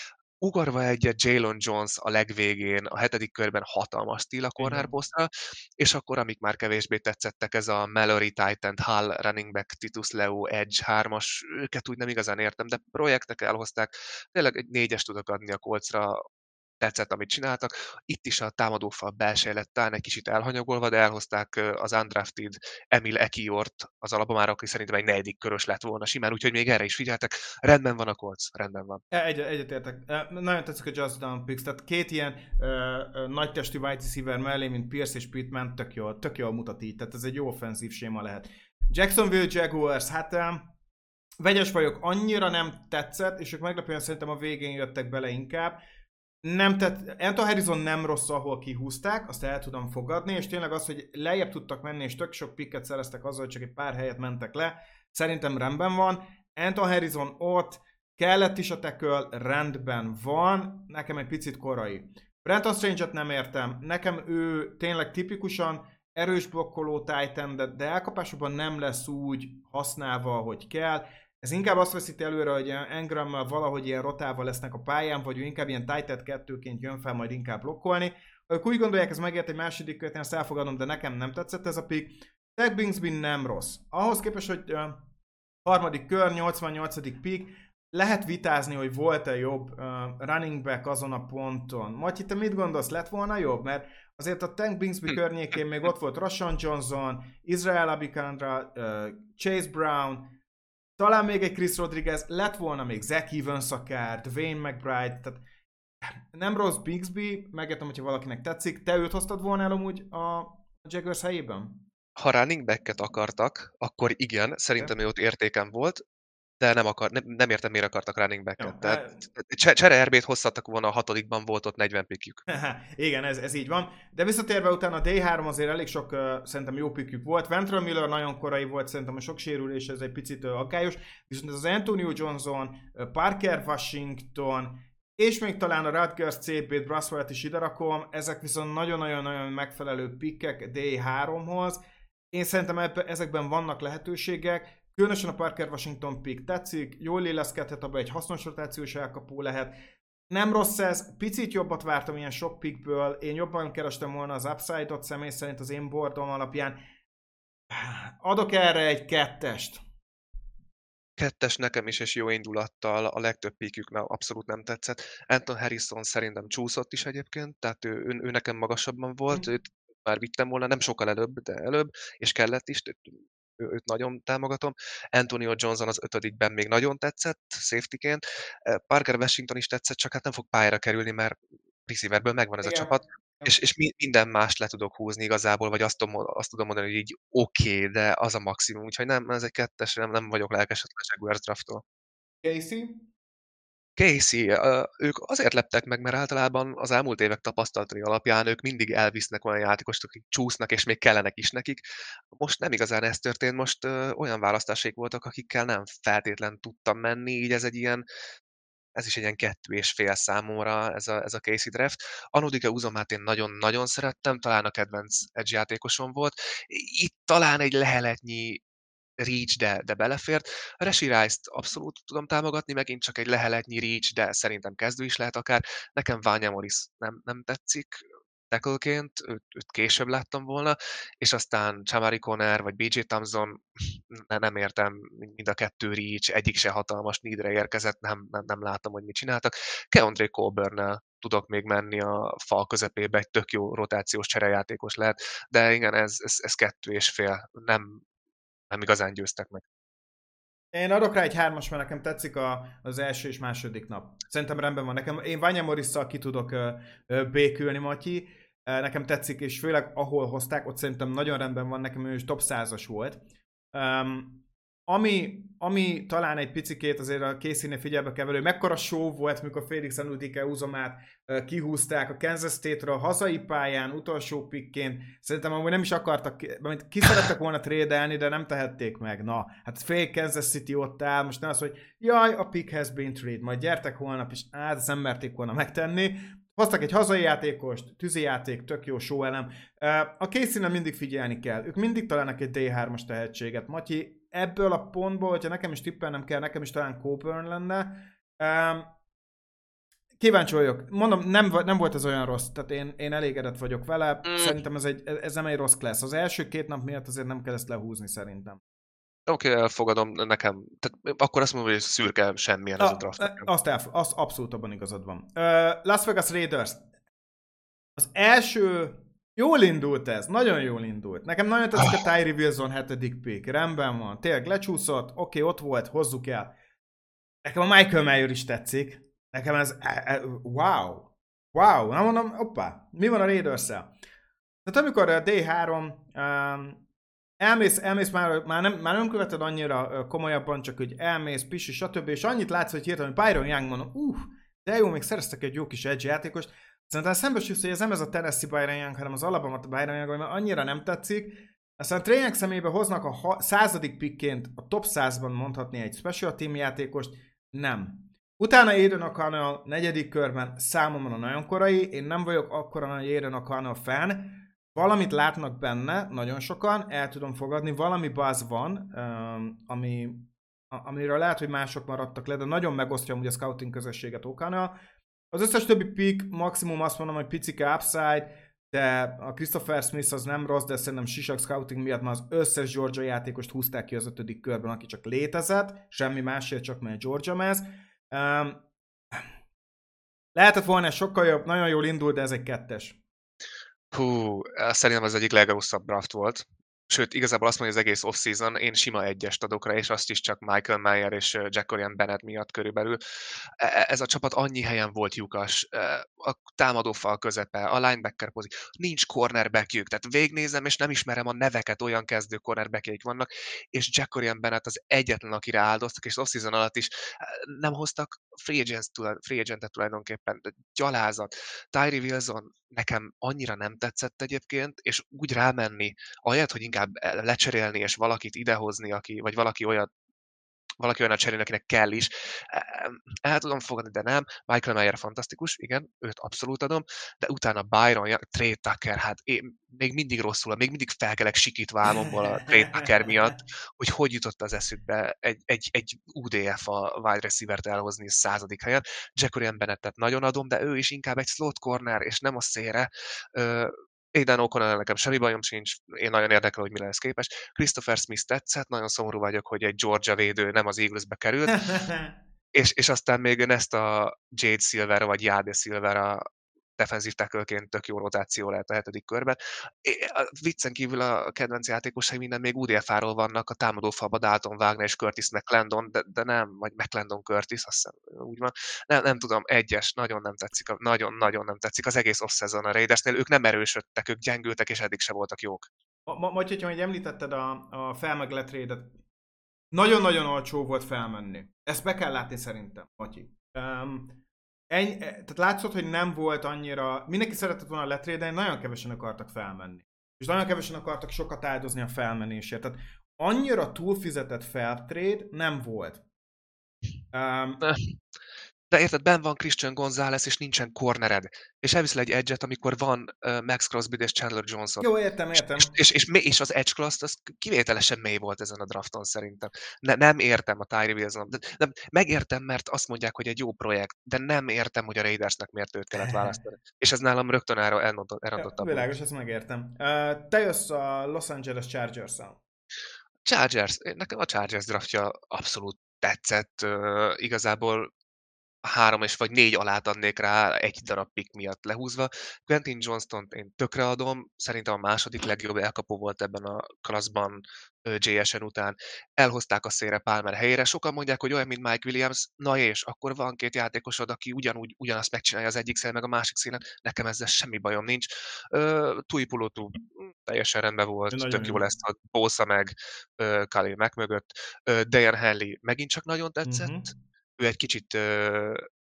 Ugorva egyet Jalen Jones a legvégén, a hetedik körben hatalmas stíl a corner Igen. posztra, és akkor, amik már kevésbé tetszettek, ez a Mallory Titan, Hull running back, Titus Leo, Edge hármas, őket úgy nem igazán értem, de projektek elhozták, tényleg egy négyes tudok adni a Coltsra, tetszett, amit csináltak. Itt is a támadófal belseje lett talán egy kicsit elhanyagolva, de elhozták ö, az undrafted Emil Ekiort az alapomára, aki szerintem egy negyedik körös lett volna simán, úgyhogy még erre is figyeltek. Rendben van a Colts, rendben van. E, Egy, egyetértek. E, Nagyon tetszik a Just Down Picks, tehát két ilyen ö, ö, nagy testű wide receiver mellé, mint Pierce és Pittman, tök jól, tök jól mutat így, tehát ez egy jó offenzív séma lehet. Jacksonville Jaguars, hát um, vegyes vagyok, annyira nem tetszett, és ők meglepően szerintem a végén jöttek bele inkább. Nem tett, Anton Harrison nem rossz, ahol kihúzták, azt el tudom fogadni, és tényleg az, hogy lejjebb tudtak menni, és tök sok pikket szereztek azzal, hogy csak egy pár helyet mentek le, szerintem rendben van. Anton Harrison ott, kellett is a tackle, rendben van, nekem egy picit korai. Brenton Strange-et nem értem, nekem ő tényleg tipikusan erős blokkoló Titan, de, de elkapásokban nem lesz úgy használva, hogy kell. Ez inkább azt veszíti előre, hogy Engrammal valahogy ilyen rotálva lesznek a pályán, vagy ő inkább ilyen Titan kettőként jön fel, majd inkább blokkolni. Ők úgy gondolják, ez megért egy második követ, én ezt elfogadom, de nekem nem tetszett ez a pick. Tech Bingsby nem rossz. Ahhoz képest, hogy uh, harmadik kör, nyolcvannyolcadik pick, lehet vitázni, hogy volt-e jobb uh, running back azon a ponton. Matyi, te mit gondolsz, lett volna jobb? Mert azért a Tank Bingsby környékén még ott volt Rashawn Johnson, Israel Abikandra, uh, Chase Brown, talán még egy Chris Rodriguez, lett volna még Zach Evans akár, Dwayne McBride, tehát nem rossz Bigsby, megértem, hogyha valakinek tetszik. Te őt hoztad volna el amúgy a Jaguars helyében? Ha running back-et akartak, akkor igen, szerintem ő ott értéken volt, de nem, akar, nem, nem értem, miért akartak running back-et. Jó, Tehát cse- csere er bét hozhattak volna, a hatodikban volt ott negyven pickjük. Igen, ez, ez így van. De visszatérve utána a dé három azért elég sok uh, szerintem jó pickjük volt. Ventrell Miller nagyon korai volt, szerintem a sok sérülés ez egy picit uh, aggályos. Viszont ez az Antonio Johnson, uh, Parker Washington, és még talán a Rutgers cé pét, Braswell-t is ide rakom, ezek viszont nagyon-nagyon-nagyon megfelelő pickek dé háromhoz. Én szerintem ebbe, ezekben vannak lehetőségek. Különösen a Parker Washington pick tetszik, jól illeszkedhet, abban egy hasznos rotációs elkapó lehet. Nem rossz ez, picit jobbat vártam ilyen sok pickből, én jobban kerestem volna az upside-ot személy szerint az én boardom alapján. Adok erre egy kettest. Kettes nekem is, és jó indulattal, a legtöbb pickjük abszolút nem tetszett. Anton Harrison szerintem csúszott is egyébként, tehát ő, ő, ő nekem magasabban volt, Hm. őt már vittem volna, nem sokkal előbb, de előbb, és kellett is, őt, őt nagyon támogatom. Antonio Johnson az ötödikben még nagyon tetszett, safetyként. Parker Washington is tetszett, csak hát nem fog pályára kerülni, mert receiverből megvan ez a Igen. csapat. És és mi minden mást le tudok húzni igazából, vagy azt tudom mo azt tudom mondani, hogy így oké, de az a maximum. Úgyhogy nem, ez egy kettes, nem nem vagyok lelkesedve a Jaguars drafttól. Casey? Casey, ö, ők azért leptek meg, mert általában az elmúlt évek tapasztalatai alapján ők mindig elvisznek olyan játékost, akik csúsznak, és még kellenek is nekik. Most nem igazán ez történt, most ö, olyan választásaik voltak, akikkel nem feltétlen tudtam menni, így ez egy ilyen ez is egy ilyen kettő és fél számomra ez a ez a Casey draft. Anudike Uzomát én nagyon-nagyon szerettem, talán a kedvenc edge játékosom volt. Itt talán egy leheletnyi reach, de de belefért. A Rashee Rice-t abszolút tudom támogatni, megint csak egy leheletnyi reach, de szerintem kezdő is lehet akár. Nekem Vanya Morris nem nem tetszik tackle-ként, őt őt később láttam volna, és aztán Chamari Conner vagy bé jé Thompson, ne nem értem, mind a kettő reach, egyik se hatalmas need-re érkezett, nem nem nem látom, hogy mit csináltak. Keondre Coburnnel tudok még menni a fal közepébe, egy tök jó rotációs cserejátékos lehet, de igen, ez ez ez kettő és fél. Nem nem igazán győztek meg. Én adok rá egy hármas, mert nekem tetszik a, az első és második nap. Szerintem rendben van. Nekem, én Vanya Morrisszal ki tudok ö, ö, békülni, Matyi. Ö, Nekem tetszik, és főleg ahol hozták, ott szerintem nagyon rendben van, nekem ő is top százas volt. Um, ami, ami talán egy picikét azért a Casey-nél figyelbe kell venni, hogy mekkora show volt, mikor Félix Anudike Uzomát uh, kihúzták a Kansas State-ra a hazai pályán, utolsó pickként. Szerintem amúgy nem is akartak, mert ki szerettek volna trédelni, de nem tehették meg. Na, hát fél Kansas City ott áll, most nem az, hogy jaj, a pick has been trade, majd gyertek holnap, és át, ezt nem merték volna megtenni. Hoztak egy hazai játékost, tűzijáték, tök jó show elem. A Casey-nél mindig figyelni kell. Ők mindig találnak egy dé hármas tehetséget. Matyi, ebből a pontból, hogyha nekem is tippelnem kell, nekem is talán Coburn lenne. Kíváncsi vagyok. Mondom, nem, nem volt ez olyan rossz, tehát én, én elégedett vagyok vele. Mm. Szerintem ez, egy, ez nem egy rossz class. Az első két nap miatt azért nem kell ezt lehúzni szerintem. Oké, okay, elfogadom, nekem, tehát akkor azt mondom, hogy szürke semmilyen ez a draft nekem. Azt, elf, azt abszolút abban igazad van. Uh, Las Vegas Raiders. Az első jól indult ez, nagyon jól indult. Nekem nagyon tetszik a Tyree Wilson hetedik pick. Rendben van, tényleg lecsúszott, oké, okay, ott volt, hozzuk el. Nekem a Michael Mayer is tetszik. Nekem ez, e, e, wow. Wow, nem mondom, hoppá, mi van a Raiders-szel? Tehát amikor a dé három um, elmész, elmész már, már, nem, már nem követed annyira komolyabban, csak hogy elmész, pisi, stb. És annyit látsz, hogy hirtelen, hogy Byron Young mondom, uff, de jó, még szereztek egy jó kis edge játékost. Szerintem szembesülsz, hogy ez nem ez a Tennessee Byron Young, hanem az Alabama Byron Young, mert annyira nem tetszik. Aztán a Trae Young személybe hoznak a ha- századik pickként a top százban mondhatni egy special team játékost. Nem. Utána Aiden O'Connell negyedik körben számomra nagyon korai, én nem vagyok akkora nagy Aiden O'Connell fan. Valamit látnak benne, nagyon sokan, el tudom fogadni, valami buzz van, ami, amiről lehet, hogy mások maradtak le, de nagyon megosztja amúgy a scouting közösséget O'Connell. Az összes többi pick, maximum azt mondom, hogy picike upside, de a Christopher Smith az nem rossz, de szerintem sisak scouting miatt már az összes Georgia játékost húzták ki az ötödik körben, aki csak létezett, semmi másért, csak mert Georgia mez. Um, lehetett volna sokkal jobb, nagyon jól indult, de ez egy kettes. Hú, szerintem ez egyik legrosszabb draft volt. Sőt, igazából azt mondja, hogy az egész off-season, én sima egyest adok rá, és azt is csak Michael Mayer és Jacorian Bennett miatt körülbelül. Ez a csapat annyi helyen volt lyukas. A támadófal közepe, a linebacker pozíció, nincs cornerbackjük, tehát végnézem, és nem ismerem a neveket, olyan kezdő cornerbackjeik vannak, és Jacorian Bennett az egyetlen, akire áldoztak, és off-season alatt is nem hoztak free, agents, free agentet tulajdonképpen, gyalázat. Tyree Wilson nekem annyira nem tetszett egyébként, és úgy rámenni, ahelyett, hogy inkább lecserélni és valakit idehozni, aki, vagy valaki olyat, valaki olyan a cserélni, akinek kell is. El tudom fogadni, de nem. Michael Mayer fantasztikus, igen, őt abszolút adom, de utána Byron, Trey Tucker, hát én még mindig rosszul, még mindig felkelek sikítva álmomból a Trey Tucker miatt, hogy hogy jutott az eszükbe egy, egy, egy u dé ef a wide receiver-t elhozni a századik helyen. Jacorian Bennettet nagyon adom, de ő is inkább egy slot corner, és nem a szélre. Aiden O'Connell nekem semmi bajom sincs, én nagyon érdekel, hogy mi lesz képes. Christopher Smith tetszett, nagyon szomorú vagyok, hogy egy Georgia védő nem az Eaglesbe került, és, és aztán még ezt a Jade Silver vagy Jade Silver a defenzív tackle-ként tök jó rotáció lehet a hetedik körben. É, a viccen kívül a kedvenc játékosai minden még u dé ef á-ról vannak, a támadófalba Dalton Wagner és Curtis McClendon, de, de nem, vagy McClendon Curtis, azt hiszem úgy van. Nem, nem tudom, egyes, nagyon nem tetszik, a- nagyon-nagyon nem tetszik az egész off-season a Raidersnél, ők nem erősödtek, ők gyengültek, és eddig se voltak jók. Ma, ma, Matyi, hogyha említetted a, a felmeglett trédet, nagyon-nagyon olcsó volt felmenni. Ezt be kell látni szerintem, Matyi. Um, ennyi, tehát látszott, hogy nem volt annyira... Mindenki szeretett volna letrédelni, nagyon kevesen akartak felmenni. És nagyon kevesen akartak sokat áldozni a felmenésért. Tehát annyira túlfizetett feltrade nem volt. Um, De érted, benn van Christian Gonzalez, és nincsen cornered. És elviszel egy edge-et, amikor van uh, Max Crosby és Chandler Johnson. jó, értem, értem. És, és, és, és, és az edge class az kivételesen mély volt ezen a drafton szerintem. Ne, nem értem a Tyree Wilson. De, de megértem, mert azt mondják, hogy egy jó projekt, de nem értem, hogy a Raidersnek miért őt kellett választani. És ez nálam rögtön elrontotta a Világos, ezt megértem. Uh, te jössz a Los Angeles Chargers-szal. Chargers, nekem a Chargers draftja abszolút tetszett. Uh, igazából három és vagy négy alát adnék rá egy darab pick miatt lehúzva. Quentin Johnston-t én tökre adom, szerintem a második legjobb elkapó volt ebben a klasszban jé es en után. Elhozták a szélre Palmer helyére, sokan mondják, hogy olyan, mint Mike Williams, na és akkor van két játékosod, aki ugyanúgy, ugyanazt megcsinálja az egyik szélen, meg a másik szélen, nekem ezzel semmi bajom nincs. Uh, Tuipulotu teljesen rendben volt, tök jó, jó lesz a Bosa meg uh, Khalil Mack mögött. Uh, Dayan Henley megint csak nagyon tetszett. Uh-huh. Ő egy kicsit uh,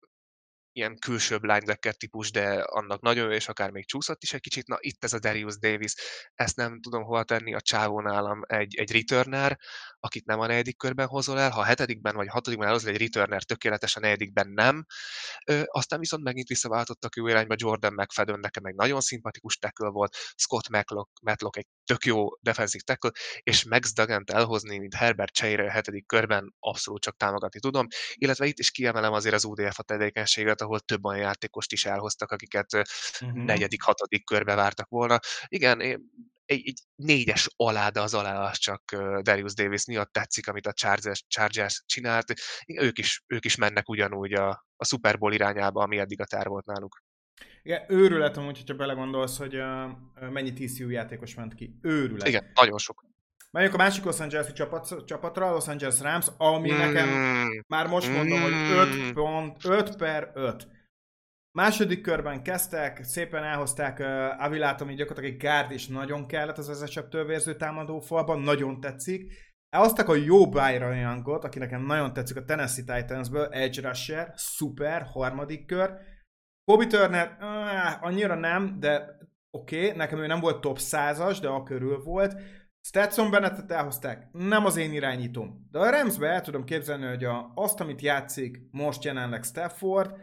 ilyen külsőbb linebacker típus, de annak nagyon, és akár még csúszott is egy kicsit. Na, itt ez a Darius Davis, ezt nem tudom hova tenni, a csávó nálam egy, egy returner, akit nem a negyedik körben hozol el, ha a hetedikben vagy hatodikban elhozol egy returner, tökéletes, a negyedikben nem. Ö, aztán viszont megint visszaváltottak jó irányba, Jordan McFadden nekem meg nagyon szimpatikus tackle volt, Scott Matlock, Matlock egy tök jó defensive tackle, és Max Duggan-t elhozni, mint Herbert Cseire a hetedik körben abszolút csak támogatni tudom, illetve itt is kiemelem azért az u dé ef a tevékenységet, ahol több olyan játékost is elhoztak, akiket uh-huh. negyedik, hatodik körbe vártak volna. Igen, egy, egy négyes alá, de az alá az csak Darius Davis miatt tetszik, amit a Chargers, Chargers csinált. Ők is, ők is mennek ugyanúgy a, a Super Bowl irányába, ami eddig a terv volt náluk. Igen, őrület amúgy, hogyha belegondolsz, hogy uh, mennyi té cé u játékos ment ki. Őrület. Igen, nagyon sok. Menjünk a másik Los Angeles csapat, csapatra, Los Angeles Rams, ami mm. nekem már most mondom, mm. hogy öt pont, öt per öt. Második körben kezdtek, szépen elhozták uh, Avilát, ami gyakorlatilag egy gárd, és nagyon kellett az vezetsebbtől vérző támadó falban, nagyon tetszik. Elhozták a jó Byron Youngot, aki nekem nagyon tetszik a Tennessee Titansből, edge rusher, szuper, harmadik kör. Kobe Turner, uh, annyira nem, de oké, okay, nekem ő nem volt top százas, de a körül volt. Stetson Bennettet elhozták, nem az én irányítom. De a Ramsbe el tudom képzelni, hogy a, azt, amit játszik most jelenleg Stafford,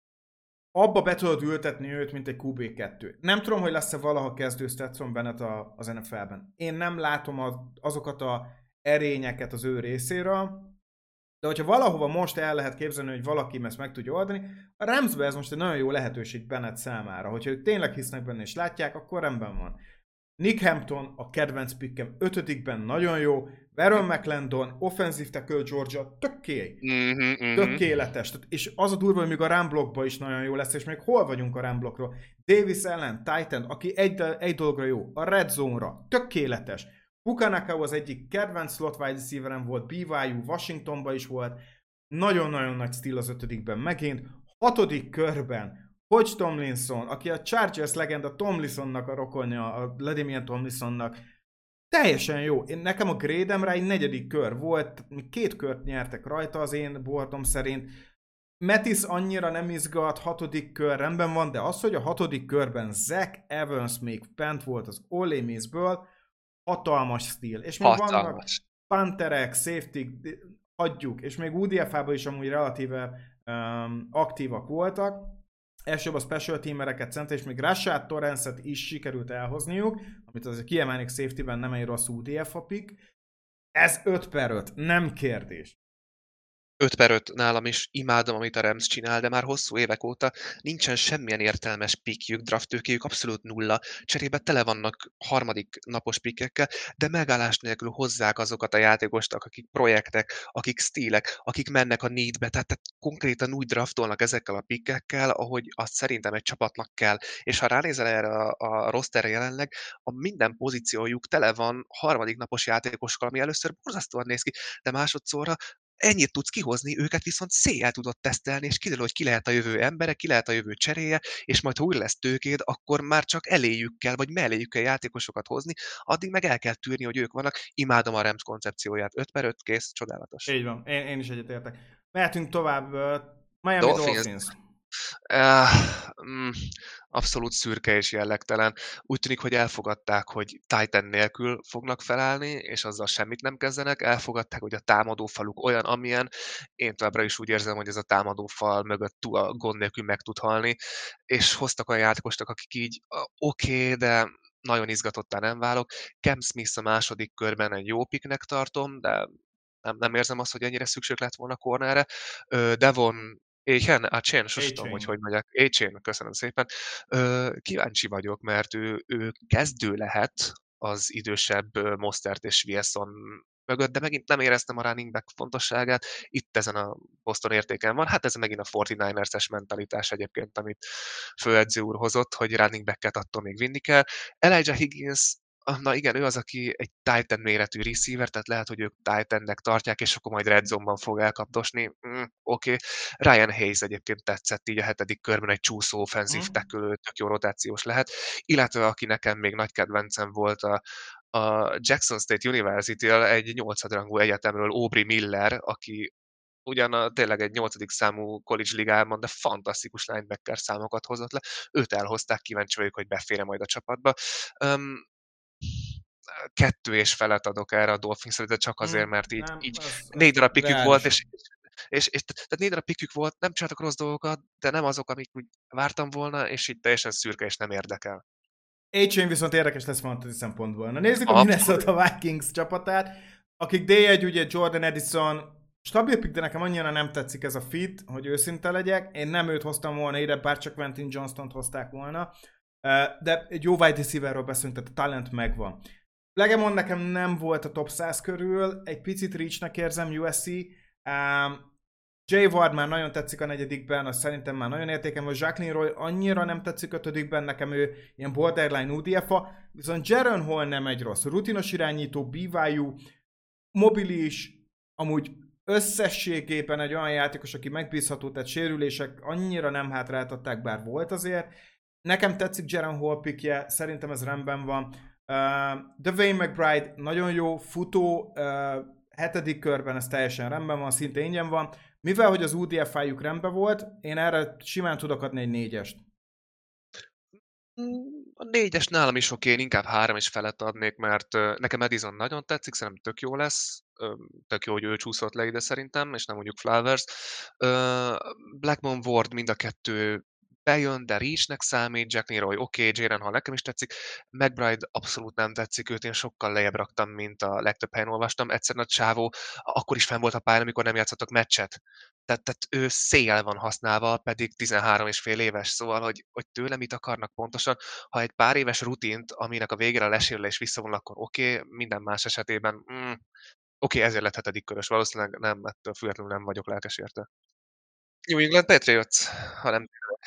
abba be tudod ültetni őt, mint egy kú bé kettő. Nem tudom, hogy lesz-e valaha kezdő Stetson Bennett a, az en ef el-ben. Én nem látom a, azokat a erényeket az ő részéről, de hogyha valahova most el lehet képzelni, hogy valaki ezt meg tudja oldani, a Ramsbe ez most egy nagyon jó lehetőség Bennett számára. Hogyha ők tényleg hisznek benne és látják, akkor rendben van. Nick Hampton, a kedvenc pickem, ötödikben nagyon jó. Baron McClendon, offensive tackle Georgia, töké, mm-hmm, tökéletes. És az a durva, hogy még a run blockban is nagyon jó lesz, és még hol vagyunk a run blockról. Davis ellen, Titan, aki egy, egy dologra jó, a red zone-ra, tökéletes. Bukanaka az egyik kedvenc slot wide receiverem volt, bé vé u, Washingtonban is volt. Nagyon-nagyon nagy stíl az ötödikben megint. Hatodik körben Coach Tomlinson, aki a Chargers legenda Tomlinsonnak a rokonja, a Vladimir Tomlinsonnak, teljesen jó. Én, nekem a grade-em rá egy negyedik kör volt, két kört nyertek rajta az én bordom szerint. Metis annyira nem izgat, hatodik kör rendben van, de az, hogy a hatodik körben Zach Evans még bent volt az Ole Miss-ből, hatalmas stíl. És még hatalmas. Vannak panterek, safety, hagyjuk, és még u dé ef á-ban is amúgy relatíve um, aktívak voltak. Elsőbb a special teamereket center, és még Rashad Torrance-et is sikerült elhozniuk, amit azért kiemelnék safety-ben, nem egy rossz u dé ef á pick. Ez öt per öt, nem kérdés. öt per öt nálam is, imádom, amit a Rams csinál, de már hosszú évek óta nincsen semmilyen értelmes pickjük, draft tőkéjük abszolút nulla, cserébe tele vannak harmadik napos pikkekkel, de megállás nélkül hozzák azokat a játékost, akik projektek, akik stílek, akik mennek a needbe, tehát, tehát konkrétan úgy draftolnak ezekkel a pikkekkel, ahogy azt szerintem egy csapatnak kell. És ha ránézel erre a, a rosterre jelenleg, a minden pozíciójuk tele van harmadik napos játékosokkal, ami először borzasztóan néz ki, de másodszorra ennyit tudsz kihozni, őket viszont széjjel tudod tesztelni, és kiderül, hogy ki lehet a jövő embere, ki lehet a jövő cseréje, és majd ha újra lesz tőkéd, akkor már csak eléjük kell, vagy melléjük kell játékosokat hozni, addig meg el kell tűrni, hogy ők vannak. Imádom a Rams koncepcióját. öt per öt, kész, csodálatos. Így van, én, én is egyetértek. Mehetünk tovább. uh, Miami Dolphins. Dolphins. Uh, mm, abszolút szürke és jellegtelen. Úgy tűnik, hogy elfogadták, hogy Titan nélkül fognak felállni, és azzal semmit nem kezdenek. Elfogadták, hogy a támadófaluk olyan, amilyen. Én továbbra is úgy érzem, hogy ez a támadófal mögött túl gond nélkül meg tud halni, és hoztak olyan játékostak, akik így uh, oké, okay, de nagyon izgatottá nem válok. Cam Smith a második körben egy jó piknek tartom, de nem, nem érzem azt, hogy ennyire szükség lett volna cornerre. Ö, Devon Éhen? Ácsén? Sose tudom, hogy A-Chain. hogy megyek. Écsén, köszönöm szépen. Ö, kíváncsi vagyok, mert ő, ő kezdő lehet az idősebb ö, Mostert és Wilson mögött, de megint nem éreztem a running back fontosságát. Itt ezen a poszton értéken van. Hát ez megint a negyvenkilences mentalitás egyébként, amit főedző úr hozott, hogy running backet attól még vinni kell. Elijah Higgins, ah, na igen, ő az, aki egy Titan méretű receiver, tehát lehet, hogy ők Titannek tartják, és akkor majd Red Zone-ban fog elkapdosni. Mm, Oké. Okay. Ryan Hayes egyébként tetszett így a hetedik körben, egy csúszó offenzív Hm? tackle, tök jó rotációs lehet. Illetve aki nekem még nagy kedvencem volt a, a Jackson State University-ről egy nyolcadrangú egyetemről Aubrey Miller, aki ugyan a, tényleg egy nyolcadik számú college ligában, de fantasztikus linebacker számokat hozott le. Őt elhozták, kíváncsi vagyok, hogy befér majd a csapatba. Um, kettő és felet adok erre a Dolphinsre, de csak Hm? azért, mert így, Nem, így az, négy az darab pikük volt, reális. és, és, és tehát négy darab pikük volt, nem csináltak rossz dolgokat, de nem azok, amik úgy vártam volna, és így teljesen szürke, és nem érdekel. A-Chain viszont érdekes lesz fantasy szempontból. Na nézzük a Abszolút. Minnesota Vikings csapatát, akik dé egy, ugye Jordan Edison, stabil pick, de nekem annyira nem tetszik ez a fit, hogy őszinte legyek. Én nem őt hoztam volna ide, bár csak Quentin Johnston-t hozták volna. De egy jó wide receiverről beszélünk, tehát a talent megvan. Legemon nekem nem volt a top száz körül, egy picit reachnek érzem u es cé. Um, Jay Ward már nagyon tetszik a negyedikben, az szerintem már nagyon értékem, hogy Jacqueline Roy annyira nem tetszik ötödikben, nekem ő ilyen borderline u dé ef-a, viszont Jaron Hall nem egy rossz. Rutinos irányító, bé vé u, mobilis, amúgy összességében egy olyan játékos, aki megbízható, tehát sérülések annyira nem hátráltatták, bár volt azért. Nekem tetszik Jaron Hall pickje, szerintem ez rendben van. Uh, Dwayne McBride nagyon jó, futó, uh, hetedik körben ez teljesen rendben van, szinte ingyen van. Mivel, hogy az u dé ef i-juk rendben volt, én erre simán tudok adni egy négyest. Mm, A négyes nálam is oké, én inkább három is felett adnék, mert ö, nekem Edison nagyon tetszik, szerintem tök jó lesz. Ö, Tök jó, hogy ő csúszott le ide szerintem, és nem mondjuk Flowers. Ö, Blackmon Ward mind a kettő bejön, de Reachnek számít, Jack Leroy oké, okay, Jaren Hall nekem is tetszik, McBride abszolút nem tetszik, őt én sokkal lejjebb raktam, mint a legtöbb helyen olvastam. Egyszerűen a csávó akkor is fenn volt a pályán, amikor nem játszottak meccset. Tehát, tehát ő széjjel van használva, pedig tizenhárom és fél éves, szóval, hogy, hogy tőle mit akarnak pontosan. Ha egy pár éves rutint, aminek a végére a lesérülés visszavonul, akkor oké, okay, minden más esetében mm, oké, okay, ezért lett hetedik körös, valószínűleg nem, ettől függetlenül nem vagyok lelkes érte. New England Patriots, ha nem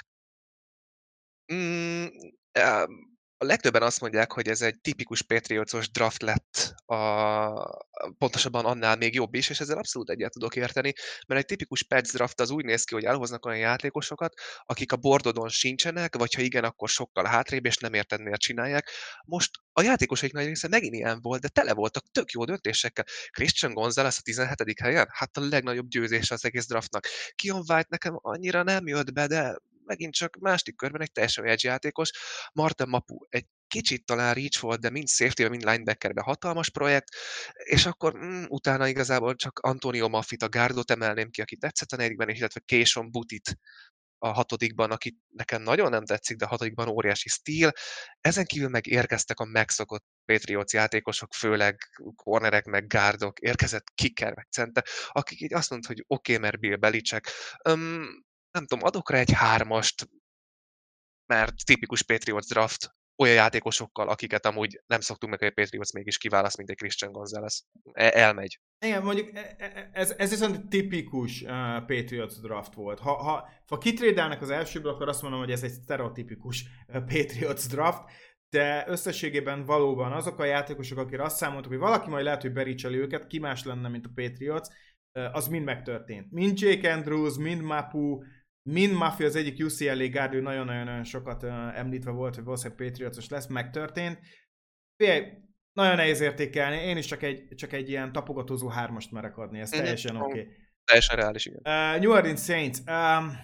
Mm, em, a legtöbben azt mondják, hogy ez egy tipikus Patriots-os draft lett, a pontosabban annál még jobb is, és ezzel abszolút egyet tudok érteni, mert egy tipikus Pats draft az úgy néz ki, hogy elhoznak olyan játékosokat, akik a bordodon sincsenek, vagy ha igen, akkor sokkal hátrébb, és nem érted, miért csinálják. Most a játékosaik nagy része megint ilyen volt, de tele voltak tök jó döntésekkel. Christian Gonzalez a tizenhetedik helyen? Hát a legnagyobb győzés az egész draftnak. Keon White nekem annyira nem jött be, de megint csak második körben egy teljesen edge játékos. Martin Mapu egy kicsit talán reach volt, de mind safety mind linebackerbe hatalmas projekt, és akkor mm, utána igazából csak Antonio Maffit, a gárdot emelném ki, aki tetszett a negyedikben, illetve Kayshon Butit, a hatodikban, aki nekem nagyon nem tetszik, de a hatodikban óriási stíl. Ezen kívül meg érkeztek a megszokott Patriots játékosok, főleg cornerek, meg gárdok, érkezett kicker, meg center, akik így azt mondta, hogy oké, okay, mert Bill Belichick. Öm, nem tudom, adok rá egy hármast, mert tipikus Patriots draft, olyan játékosokkal, akiket amúgy nem szoktunk meg, hogy a Patriots mégis kiválaszt, mint egy Christian Gonzalez. E- elmegy. Igen, mondjuk e- e- ez, ez viszont egy tipikus uh, Patriots draft volt. Ha, ha, ha kitrédelnek az elsőből, akkor azt mondom, hogy ez egy sztereotipikus uh, Patriots draft, de összességében valóban azok a játékosok, akire azt számoltuk, hogy valaki majd lehet, hogy bericseli őket, ki más lenne, mint a Patriots, uh, az mind megtörtént. Mind Jake Andrews, mind Mapu, mind Maffey, az egyik u cé el á gárd, ő nagyon-nagyon sokat uh, említve volt, hogy valószínűleg Patriots-os lesz, megtörtént. Figyelj, nagyon nehéz értékelni, én is csak egy, csak egy ilyen tapogatózó hármast merek adni, ez teljesen oké. Okay. Teljesen reális, igen. Uh, New Orleans Saints. Um,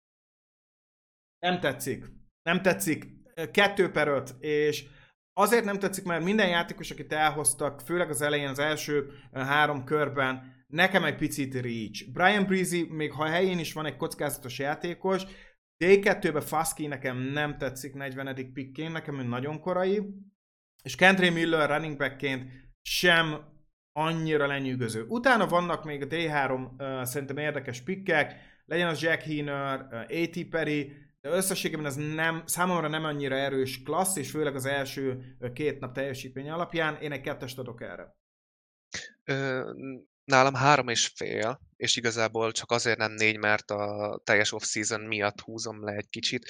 nem tetszik. Nem tetszik. Kettő per öt, és azért nem tetszik, mert minden játékos, akit elhoztak, főleg az elején, az első uh, három körben, nekem egy picit reach. Brian Breezy, még ha helyén is van egy kockázatos játékos, dé kettőben Fusky nekem nem tetszik negyvenedik pickként, nekem ő nagyon korai, és Kendre Miller running backként sem annyira lenyűgöző. Utána vannak még a dé három uh, szerintem érdekes pikkek, legyen az Jack Heener, uh, á té Perry, de összességében ez nem, számomra nem annyira erős klassz, és főleg az első uh, két nap teljesítmény alapján én egy kettest adok erre. Ö, nálam három és fél, és igazából csak azért nem négy, mert a teljes off-season miatt húzom le egy kicsit.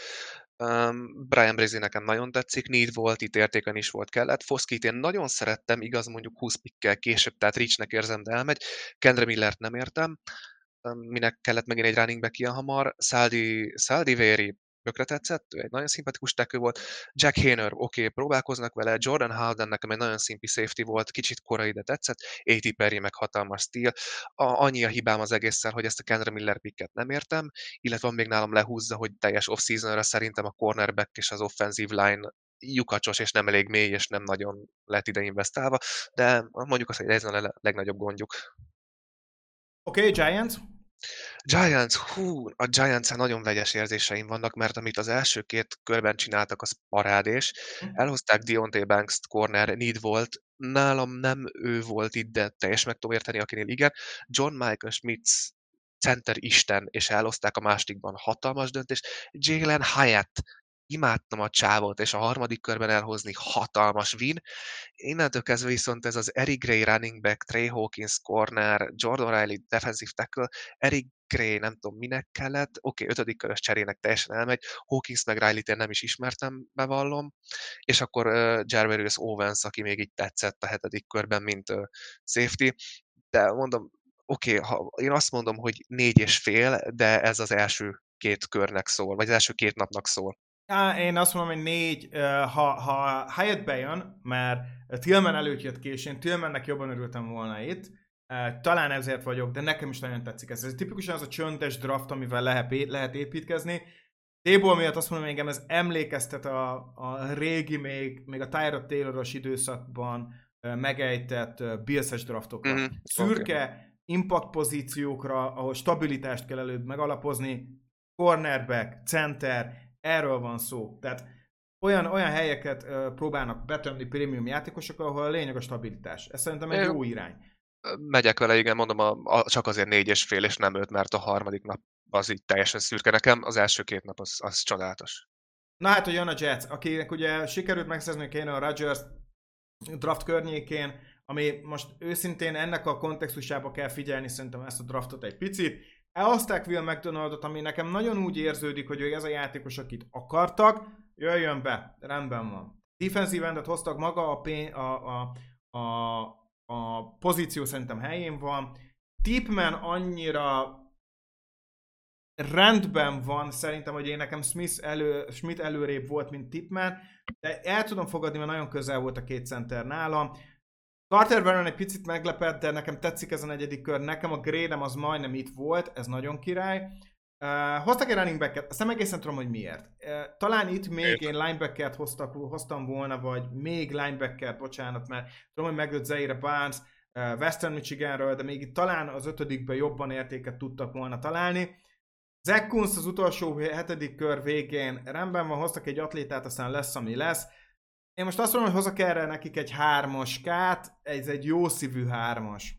Um, Brian Breezy nekem nagyon tetszik, need volt, itt értéken is volt kellett. Foskit én nagyon szerettem, igaz, mondjuk húsz pikkel később, tehát Richnek érzem, de elmegy. Kendre Millert nem értem, um, minek kellett megint egy running back ilyen hamar. Saldi, Saldi Véri tökre tetszett, ő egy nagyon szimpatikus tekő volt. Jack Hayner, oké, okay, próbálkoznak vele. Jordan Howden nekem egy nagyon szimpi safety volt, kicsit korai, de tetszett. á té Perry meg hatalmas stíl. A, annyi a hibám az egésszel, hogy ezt a Kendre Miller picket nem értem, illetve van még nálam lehúzza, hogy teljes off-seasonra szerintem a cornerback és az offensive line lyukacsos, és nem elég mély, és nem nagyon lett ide investálva, de mondjuk azt, hogy ez a legnagyobb gondjuk. Oké, okay, Giants? Giants, hú, a Giants-en nagyon vegyes érzéseim vannak, mert amit az első két körben csináltak, az parádés. Elhozták Deontay Banks-t, corner, need volt, nálam nem ő volt itt, de teljes meg tudom érteni, akinél igen. John Michael Schmitz, center isten, és elhozták a másodikban, hatalmas döntés. Jalen Hyatt, imádtam a csávot, és a harmadik körben elhozni hatalmas win. Innentől kezdve viszont ez az Eric Gray running back, Trey Hawkins corner, Jordan Riley defensive tackle, Eric Gray nem tudom minek kellett, oké, okay, ötödik körös cserének teljesen elmegy, Hawkins meg Riley-t én nem is ismertem, bevallom, és akkor uh, Jarverius Owens, aki még így tetszett a hetedik körben, mint uh, safety, de mondom, oké, okay, ha én azt mondom, hogy négy és fél, de ez az első két körnek szól, vagy az első két napnak szól. Á, én azt mondom, hogy négy, ha, ha Hyatt bejön, mert Tillman előtt jött ki, és én Tillmannek jobban örültem volna itt. Talán ezért vagyok, de nekem is nagyon tetszik ez. Ez tipikusan az a csöndes draft, amivel lehet, lehet építkezni. T-ból miatt azt mondom, hogy engem ez emlékeztet a, a régi, még, még a Tyrod Tayloros időszakban megejtett Bills-es draftokra. Mm, Szürke, okay. Impact pozíciókra, ahol stabilitást kell előbb megalapozni, cornerback, center, erről van szó. Tehát olyan, olyan helyeket uh, próbálnak betömni prémium játékosok, ahol a lényeg a stabilitás. Ez szerintem egy jó irány. Megyek vele, igen, mondom, a, a, csak azért négy és fél, és nem öt, mert a harmadik nap az így teljesen szürke nekem, az első két nap az, az csodálatos. Na hát, hogy jön a Jets, akinek ugye sikerült megszerzni kéne a Rodgers draft környékén, ami most őszintén ennek a kontextusába kell figyelni szerintem ezt a draftot egy picit. Elhozták Will McDonaldot, ami nekem nagyon úgy érződik, hogy ez a játékos, akit akartak, jöjjön be, rendben van. Defensive endet hoztak, maga a, pén, a, a, a, a pozíció szerintem helyén van. Tipman annyira rendben van, szerintem, hogy én nekem Smith, elő, Schmidt előrébb volt, mint Tipman, de el tudom fogadni, mert nagyon közel volt a két center nálam. Carter Vernon egy picit meglepett, de nekem tetszik ez a negyedik kör. Nekem a grade-em az majdnem itt volt, ez nagyon király. Uh, hoztak egy running backet, azt nem egészen tudom, hogy miért. Uh, talán itt még én linebackert hoztak, hoztam volna, vagy még linebackert, bocsánat, mert tudom, hogy meglőtt Zaire Barnes uh, Western Michiganről, de még itt talán az ötödikben jobban értéket tudtak volna találni. Zach Kunz az utolsó hetedik kör végén rendben van, hoztak egy atlétát, aztán lesz, ami lesz. Én most azt mondom, hogy hozok erre nekik egy hármaskát, ez egy jó szívű hármas.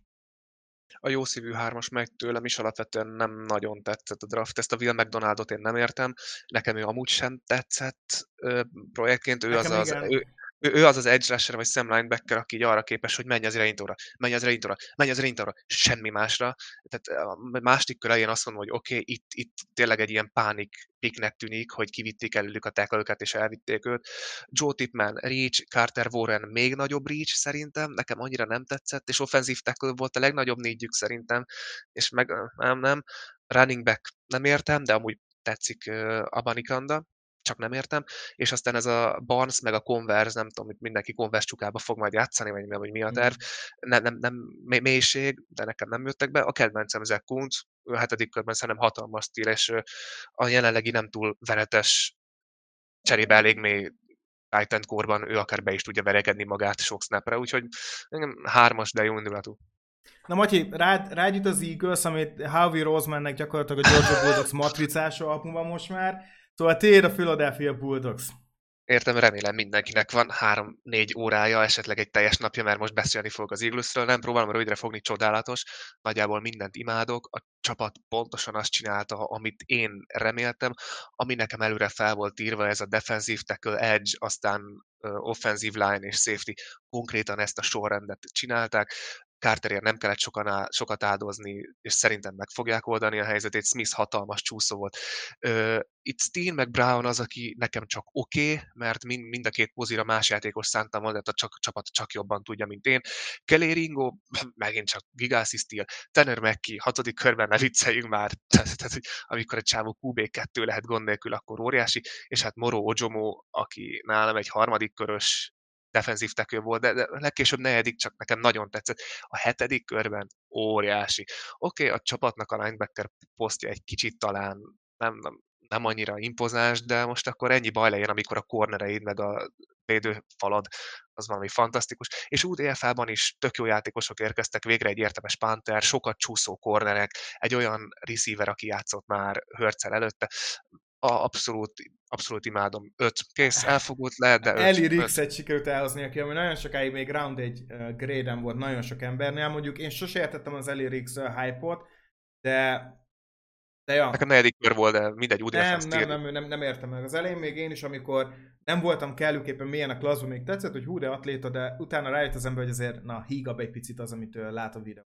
A jó szívű hármas meg tőlem is alapvetően nem nagyon tetszett a draft. Ezt a Will McDonaldot én nem értem. Nekem ő amúgy sem tetszett ö, projektként. Ő az az, ő, ő, ő az az edge rusher vagy Sam linebacker, aki így arra képes, hogy menj az irányítóra, menj az irányítóra, menj az irányítóra, semmi másra. Tehát a második kör elején azt mondom, hogy oké, okay, itt, itt tényleg egy ilyen pánik piknek tűnik, hogy kivitték előlük a tackle-öket és elvitték őt. Joe Tipman, reach, Carter Warren még nagyobb reach szerintem, nekem annyira nem tetszett, és offensive tackle volt a legnagyobb négyük szerintem, és meg nem, nem. Running back nem értem, de amúgy tetszik uh, Abanikanda, csak nem értem, és aztán ez a Barnes meg a Converse, nem tudom, hogy mindenki Converse csukába fog majd játszani, vagy nem, hogy mi a terv, nem, nem, nem mélység, de nekem nem jöttek be. A kedvencem Zach Kunz, a hetedik körben szerintem hatalmas stíl, és a jelenlegi nem túl veretes, cserébe elég mély Titan korban ő akár be is tudja verekedni magát sok snapre, úgyhogy hármas, de jó indulatú. Na Matyi, rád, rád jut az Eagles, amit Howie Rosemannek gyakorlatilag a Georgia Bulldogs matricása alapon van most már, szóval tiéd a Philadelphia Bulldogs. Értem, remélem mindenkinek van három-négy órája, esetleg egy teljes napja, mert most beszélni fogok az Eaglesről. Nem próbálom rövidre fogni, csodálatos. Nagyjából mindent imádok. A csapat pontosan azt csinálta, amit én reméltem. Ami nekem előre fel volt írva, ez a defensive tackle, edge, aztán uh, offensive line és safety. Konkrétan ezt a sorrendet csinálták. Carterért nem kellett sokan á, sokat áldozni, és szerintem meg fogják oldani a helyzetét. Smith hatalmas csúszó volt. Uh, itt Steen meg Brown az, aki nekem csak oké, okay, mert mind, mind a két pozira más játékos szántam volna, tehát a csak, csapat csak jobban tudja, mint én. Kelly Ringo, megint csak gigászi stíl. Tanner McKee, hatodik körben ne vicceljünk már, tehát, tehát hogy amikor egy csávó kú bé kettő lehet gond nélkül, akkor óriási, és hát Moro Ojomo, aki nálam egy harmadik körös defenzív tackle volt, de, de legkésőbb negyedik, csak nekem nagyon tetszett. A hetedik körben óriási. Oké, okay, a csapatnak a linebacker posztja egy kicsit talán nem, nem, nem annyira impozáns, de most akkor ennyi baj legyen, amikor a cornereid meg a védőfalad az valami fantasztikus. És u dé ef á-ban is tök jó játékosok érkeztek, végre egy értelmes pánter, sokat csúszó cornerek, egy olyan receiver, aki játszott már Hurtsel előtte. A abszolút, abszolút imádom. Öt. Kész, elfogult, lehet, de öt. Eli Rixet sikerült elhozni, aki ami nagyon sokáig még round egy uh, grade-en volt nagyon sok embernél. Mondjuk én sose értettem az Eli Rix uh, hype-ot, de... de ja. Nekem negyedik kör volt, de mindegy, u dé ef nem, nem, nem, nem, nem értem meg. Az elején még én is, amikor nem voltam kellőképpen mélyen a klasszban, még tetszett, hogy hú, de atléta, de utána rájött az ember, hogy azért, na, hígabb egy picit az, amit uh, lát a videó.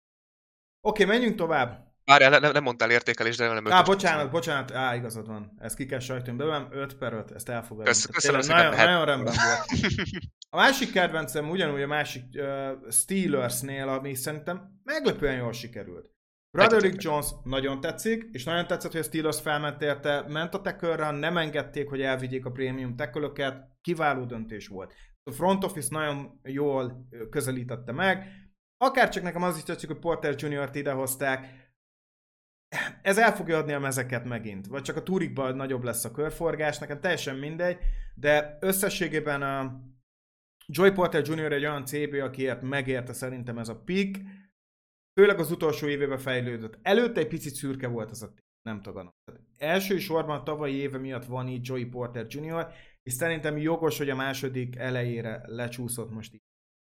Oké, okay, menjünk tovább. Várjál, nem, nem mondtál értékelést, de nem ötös. Á, bocsánat, bocsánat, á, igazad van. Ez ki kell sajtani belőlem, öt per öt, ezt elfogadom. Köszönöm, köszönöm nagyon, nagyon rendben volt. A másik kedvencem ugyanúgy a másik uh, Steelersnél, ami szerintem meglepően jól sikerült. Broderick Jones nagyon tetszik, és nagyon tetszett, hogy a Steelers felment érte, ment a tackle-ra, nem engedték, hogy elvigyék a prémium tackle-öket, kiváló döntés volt. A front office nagyon jól közelítette meg, akárcsak nekem az is tetszik, hogy Porter juniort idehozták, ez el fogja adni a mezeket megint, vagy csak a túrikban nagyobb lesz a körforgás, nekem teljesen mindegy, de összességében a Joey Porter junior egy olyan cé bé, akiért megérte szerintem ez a pick, főleg az utolsó évében fejlődött. Előtte egy picit szürke volt az a pick, nem tagadom. Első sorban a tavalyi éve miatt van így Joey Porter junior, és szerintem jogos, hogy a második elejére lecsúszott most így.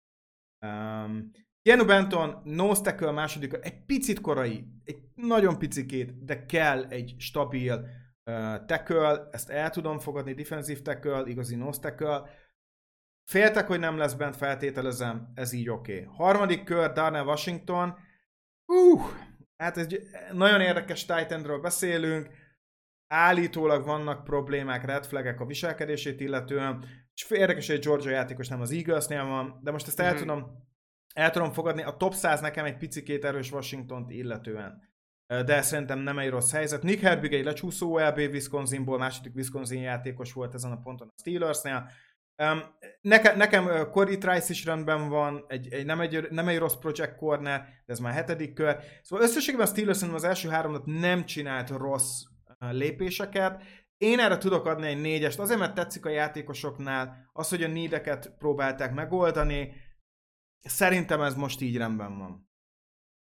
Um, Keanu Benton, nose tackle második, egy picit korai, egy nagyon picikét, de kell egy stabil uh, tackle, ezt el tudom fogadni, defensive tackle, igazi nose tackle. Féltek, hogy nem lesz bent, feltételezem, ez így oké. Okay. Harmadik kör, Darnell Washington, uh, hát egy nagyon érdekes tight endről beszélünk, állítólag vannak problémák, red flagek a viselkedését illetően, és érdekes, hogy egy Georgia játékos nem az Eaglesnél van, de most ezt el mm-hmm. tudom El tudom fogadni, a top száz nekem egy picikét erős Washingtont illetően. De szerintem nem egy rossz helyzet. Nick Herbig egy lecsúszó o el bé Wisconsinból, második Wisconsin játékos volt ezen a ponton a Steelersnél. Nekem, nekem Corey Trice is rendben van, egy, egy, nem, egy, nem egy rossz project corner, de ez már hetedik kör. Szóval összességében a Steelers az első háromnap nem csinált rossz lépéseket. Én erre tudok adni egy négyest, azért mert tetszik a játékosoknál az, hogy a needeket próbálták megoldani. Szerintem ez most így rendben van.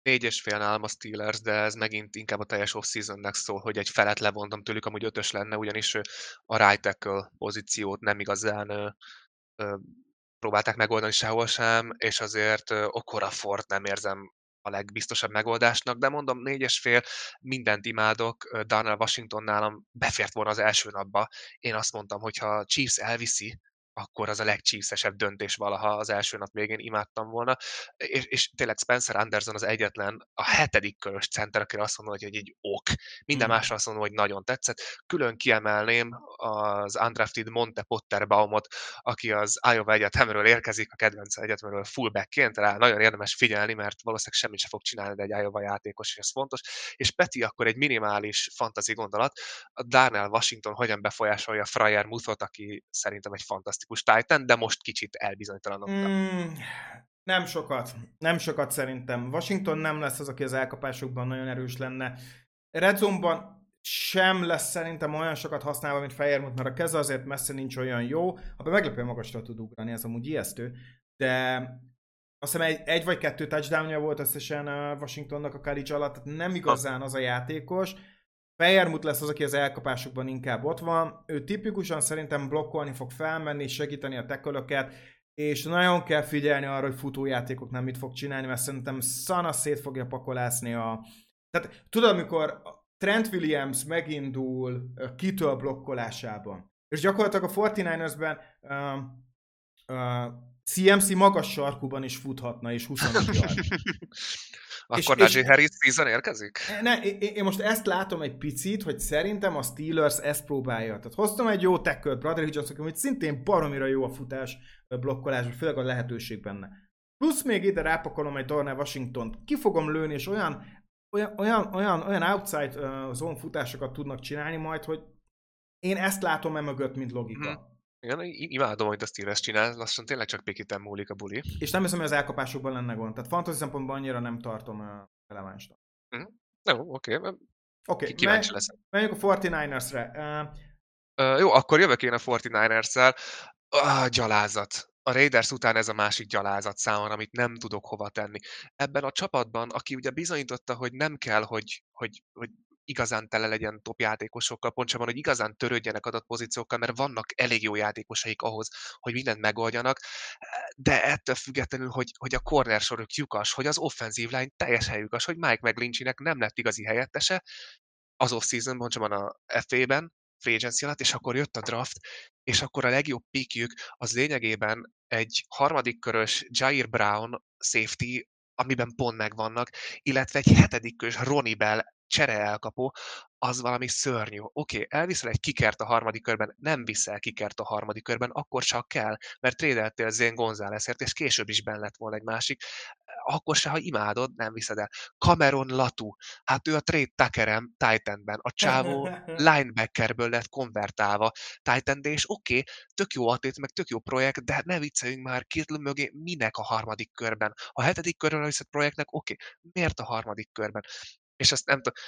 négy és fél nálam a Steelers, de ez megint inkább a teljes off-seasonnek szól, hogy egy felet levontam tőlük, amúgy ötös lenne, ugyanis a right tackle pozíciót nem igazán ö, ö, próbálták megoldani sehol sem, és azért Okorafor nem érzem a legbiztosabb megoldásnak, de mondom, négy és fél, mindent imádok, Darnell Washington nálam befért volna az első napba. Én azt mondtam, hogy ha Chiefs elviszi, akkor az a legchiefsesebb döntés valaha az első nap végén imádtam volna. És, és tényleg Spencer Anderson az egyetlen, a hetedik körös center, akire azt mondom, hogy egy ok. Minden Hmm. másra azt mondom, hogy nagyon tetszett. Külön kiemelném az undrafted Monte Potterbaumot, aki az Iowa Egyetemről érkezik, a kedvenc egyetemről fullbackként, rá nagyon érdemes figyelni, mert valószínűleg semmit sem fog csinálni, de egy Iowa játékos, és ez fontos. És Peti, akkor egy minimális fantasy gondolat, a Darnell Washington hogyan befolyásolja Fryer Muthot, aki szerintem egy fantasztikus Titan, de most kicsit elbizonytalanodtam. Mm, nem sokat. Nem sokat szerintem. Washington nem lesz az, aki az elkapásokban nagyon erős lenne. Red Zone-ban sem lesz szerintem olyan sokat használva, mint Freiermuth, mert a keze azért messze nincs olyan jó, abban meglepően magasra tud ugrani, ez amúgy ijesztő, de azt hiszem egy, egy vagy kettő touchdownja volt összesen a Washingtonnak a college alatt, tehát nem igazán az a játékos. Freiermuth lesz az, aki az elkapásokban inkább ott van, ő tipikusan szerintem blokkolni fog felmenni, segíteni a tackle-öket, és nagyon kell figyelni arra, hogy futójátékok mit fog csinálni, mert szerintem Sana szét fogja pakolászni a... Tehát tudod, amikor Trent Williams megindul kitől blokkolásában, és gyakorlatilag a negyvenkilencesben uh, uh, cé em cé magas sarkuban is futhatna, és huszonöt yard. Akkor Najee Harris season érkezik? Ne, én, én most ezt látom egy picit, hogy szerintem a Steelers ezt próbálja. Tehát hoztam egy jó tackle-t, Bradley Johnson, hogy szintén baromira jó a futás blokkolás, főleg a lehetőség benne. Plusz még ide rápakolom egy Darnell Washingtont, ki fogom lőni, és olyan, olyan, olyan, olyan, olyan outside uh, zone futásokat tudnak csinálni majd, hogy én ezt látom e mögött, mint logika. Mm-hmm. Igen, imádom, hogy a Steelers csinál, lassan tényleg csak Pikiten múlik a buli. És nem hiszem, hogy az elkapásokban lenne gond. Tehát fantasy szempontból annyira nem tartom uh, relevánsnak. Mm. Jó, oké. Okay. Okay, kíváncsi me- leszek. Menjünk a negyvenkilencesre. Uh, uh, jó, akkor jövök én a negyvenkilencsel. Ah, gyalázat. A Raiders után ez a másik gyalázat számomra, amit nem tudok hova tenni. Ebben a csapatban, aki ugye bizonyította, hogy nem kell, hogy, hogy, hogy igazán tele legyen top játékosokkal, pontosabban, hogy igazán törődjenek adott pozíciókkal, mert vannak elég jó játékosaik ahhoz, hogy mindent megoldjanak, de ettől függetlenül, hogy, hogy a corner soruk lyukas, hogy az offenzív line teljesen lyukas, hogy Mike McGlincheynek nem lett igazi helyettese, az off-season, pontosabban a ef á-ben, free agency alatt, és akkor jött a draft, és akkor a legjobb pickjük az lényegében egy harmadik körös Jair Brown safety, amiben pont megvannak, illetve egy hetedik körös Ronnie Bell csere elkapó, az valami szörnyű. Oké, okay, elviszel egy kikert a harmadik körben, nem viszel kikert a harmadik körben, akkor csak kell, mert trédeltél Zane Gonzalezért, és később is benne lett volna egy másik, akkor se, ha imádod, nem viszed el. Cameron Latu, hát ő a trade Tuckerem Titanben, a csávó linebackerből lett konvertálva Titanbe, és oké, okay, tök jó atlét, meg tök jó projekt, de ne vicceljünk már, Kittle mögé minek a harmadik körben? A hetedik körben viszed projektnek, oké, okay, miért a harmadik körben? És ezt nem tudom,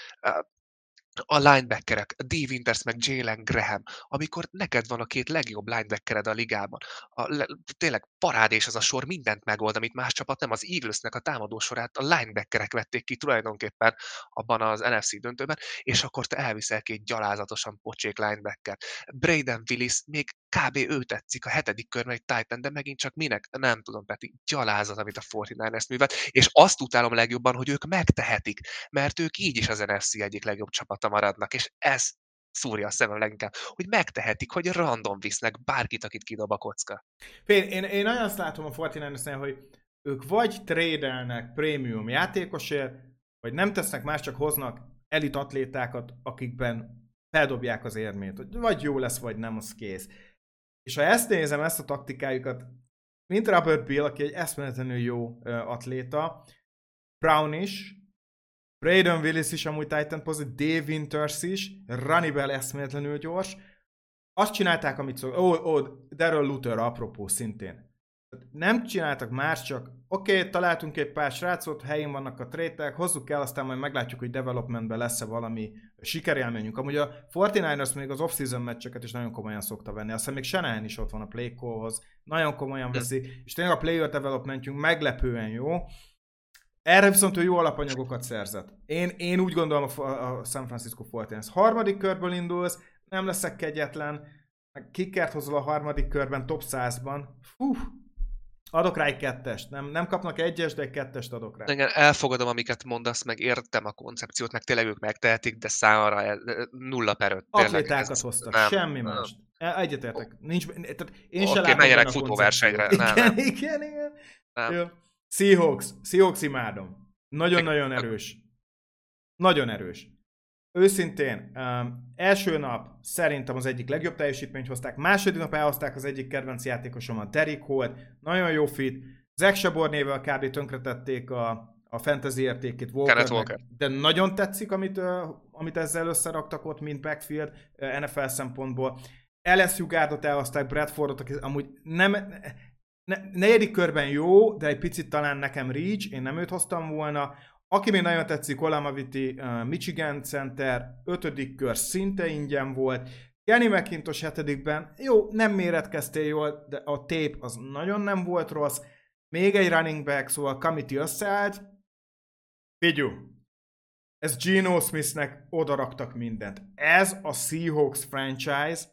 a linebackerek, a Dee Winters meg Jalen Graham, amikor neked van a két legjobb linebackered a ligában. A, le, tényleg parádés az a sor, mindent megold, amit más csapat nem. Az Eaglesnek a támadó sorát a linebackerek vették ki tulajdonképpen abban az en ef cé döntőben, és akkor te elviszel két gyalázatosan pocsék linebacker. Braden Willis, még kb. Ő tetszik a hetedik körben egy Titan, de megint csak minek? Nem tudom, Peti, gyalázat, amit a negyvenkilencesek művelt, és azt utálom legjobban, hogy ők megtehetik, mert ők így is az en ef cé egyik legjobb csapata maradnak, és ez szúrja a szemem leginkább, hogy megtehetik, hogy random visznek bárkit, akit kidob a kocka. Én, én, én nagyon azt látom a negyvenkilencesnél, hogy ők vagy trédelnek prémium játékosért, vagy nem tesznek más, csak hoznak elit atlétákat, akikben feldobják az érmét. Vagy jó lesz, vagy nem, az kész. És ha ezt nézem, ezt a taktikájukat, mint Robert Bill, aki egy eszméletlenül jó uh, atléta, Brown is, Braden Willis is amúgy Titan pozit, Dave Winters is, Ronnie Bell eszméletlenül gyors. Azt csinálták, amit szó... Ó, ó, Darrell Luther apropó szintén. Nem csináltak más, csak oké, okay, találtunk egy pár srácot, helyén vannak a trétek, hozzuk el, aztán majd meglátjuk, hogy developmentben lesz-e valami sikerélményünk. Amúgy a negyvenkilencesek még az off-season meccseket is nagyon komolyan szokta venni. Aztán még Shanahan is ott van a play call-hoz, nagyon komolyan veszi, és tényleg a player developmentjünk meglepően jó. Erre viszont ő jó alapanyagokat szerzett. Én, én úgy gondolom a, a San Francisco negyvenkilenc. Harmadik körből indulsz, nem leszek kegyetlen, kickert hozol a harmadik körben, top százban. Fú, adok rá egy kettest. Nem, nem kapnak egyes, de egy kettest adok rá. Igen, elfogadom, amiket mondasz, meg értem a koncepciót, meg tényleg ők megtehetik, de számomra ez nulla per öt. Atlétákat hoztak, nem, semmi nem. Mást. Egyetértek. Nincs, tehát én sem okay, látom menjenek futóversenyre. Igen, nem, igen, igen. Nem. Jó. Seahawks. Seahawks imádom. Nagyon-nagyon erős. Nagyon erős. Őszintén, um, első nap szerintem az egyik legjobb teljesítményt hozták, második nap elhozták az egyik kedvenc játékosomat, Derrick Holt, nagyon jó fit, Zach Chabornével kb. Tönkretették a, a fantasy értékét Walker, de nagyon tetszik, amit, uh, amit ezzel összeraktak ott, mint backfield uh, en ef el szempontból. el es u Guardot elhozták, Bradfordot, aki amúgy nem... Ne, negyedik körben jó, de egy picit talán nekem reach, én nem őt hoztam volna. Aki még nagyon tetszik, Olamaviti, uh, Michigan Center, ötödik kör szinte ingyen volt. Kenny McIntosh hetedikben, jó, nem méretkeztél jól, de a tape az nagyon nem volt rossz. Még egy running back, szóval committee összeállt. Figyú, ez Geno Smithnek odaraktak mindent. Ez a Seahawks franchise,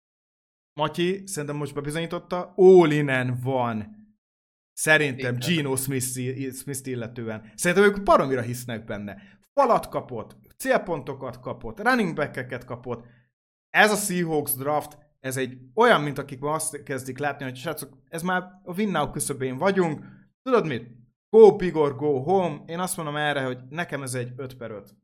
Matyi, szerintem most bebizonyította, all-inen van. Szerintem igen. Geno Smith-t illetően. Szerintem ők baromira hisznek benne. Falat kapott, célpontokat kapott, running back-eket kapott. Ez a Seahawks draft, ez egy olyan, mint akik ma azt kezdik látni, hogy srácok, ez már a win now küszöbén vagyunk. Tudod mit? Go big or go home. Én azt mondom erre, hogy nekem ez egy öt per öt.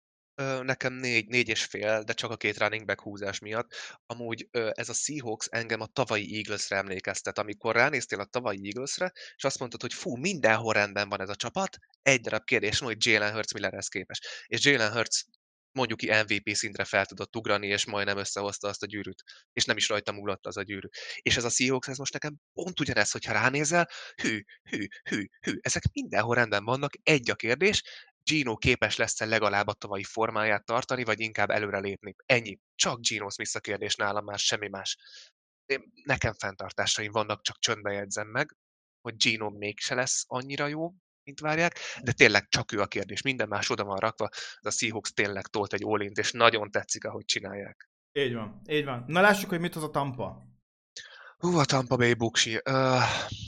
Nekem négy, négy és fél, de csak a két running back húzás miatt. Amúgy ez a Seahawks engem a tavalyi Eaglesre emlékeztet, amikor ránéztél a tavalyi Eaglesre, és azt mondtad, hogy fú, mindenhol rendben van ez a csapat, egy darab kérdés van, hogy Jalen Hurts mi lesz képes. És Jalen Hurts mondjuk ki em vé pé szintre fel tudott ugrani, és majdnem összehozta azt a gyűrűt. És nem is rajta múlott az a gyűrű. És ez a Seahawks, ez most nekem pont ugyanez, hogyha ránézel, hű, hű, hű, hű, ezek mindenhol rendben vannak, egy a kérdés, Geno képes lesz-e legalább a tavalyi formáját tartani, vagy inkább előrelépni. Ennyi. Csak Geno Smith a kérdés nálam, már semmi más. Én, nekem fenntartásaim vannak, csak csöndbe jegyzem meg, hogy Geno mégse lesz annyira jó, mint várják, de tényleg csak ő a kérdés. Minden más oda van rakva, de a Seahawks tényleg tolt egy all-int, és nagyon tetszik, ahogy csinálják. Így van, így van. Na lássuk, hogy mit hoz a Tampa. Hú, a Tampa Bay buksi. Uh...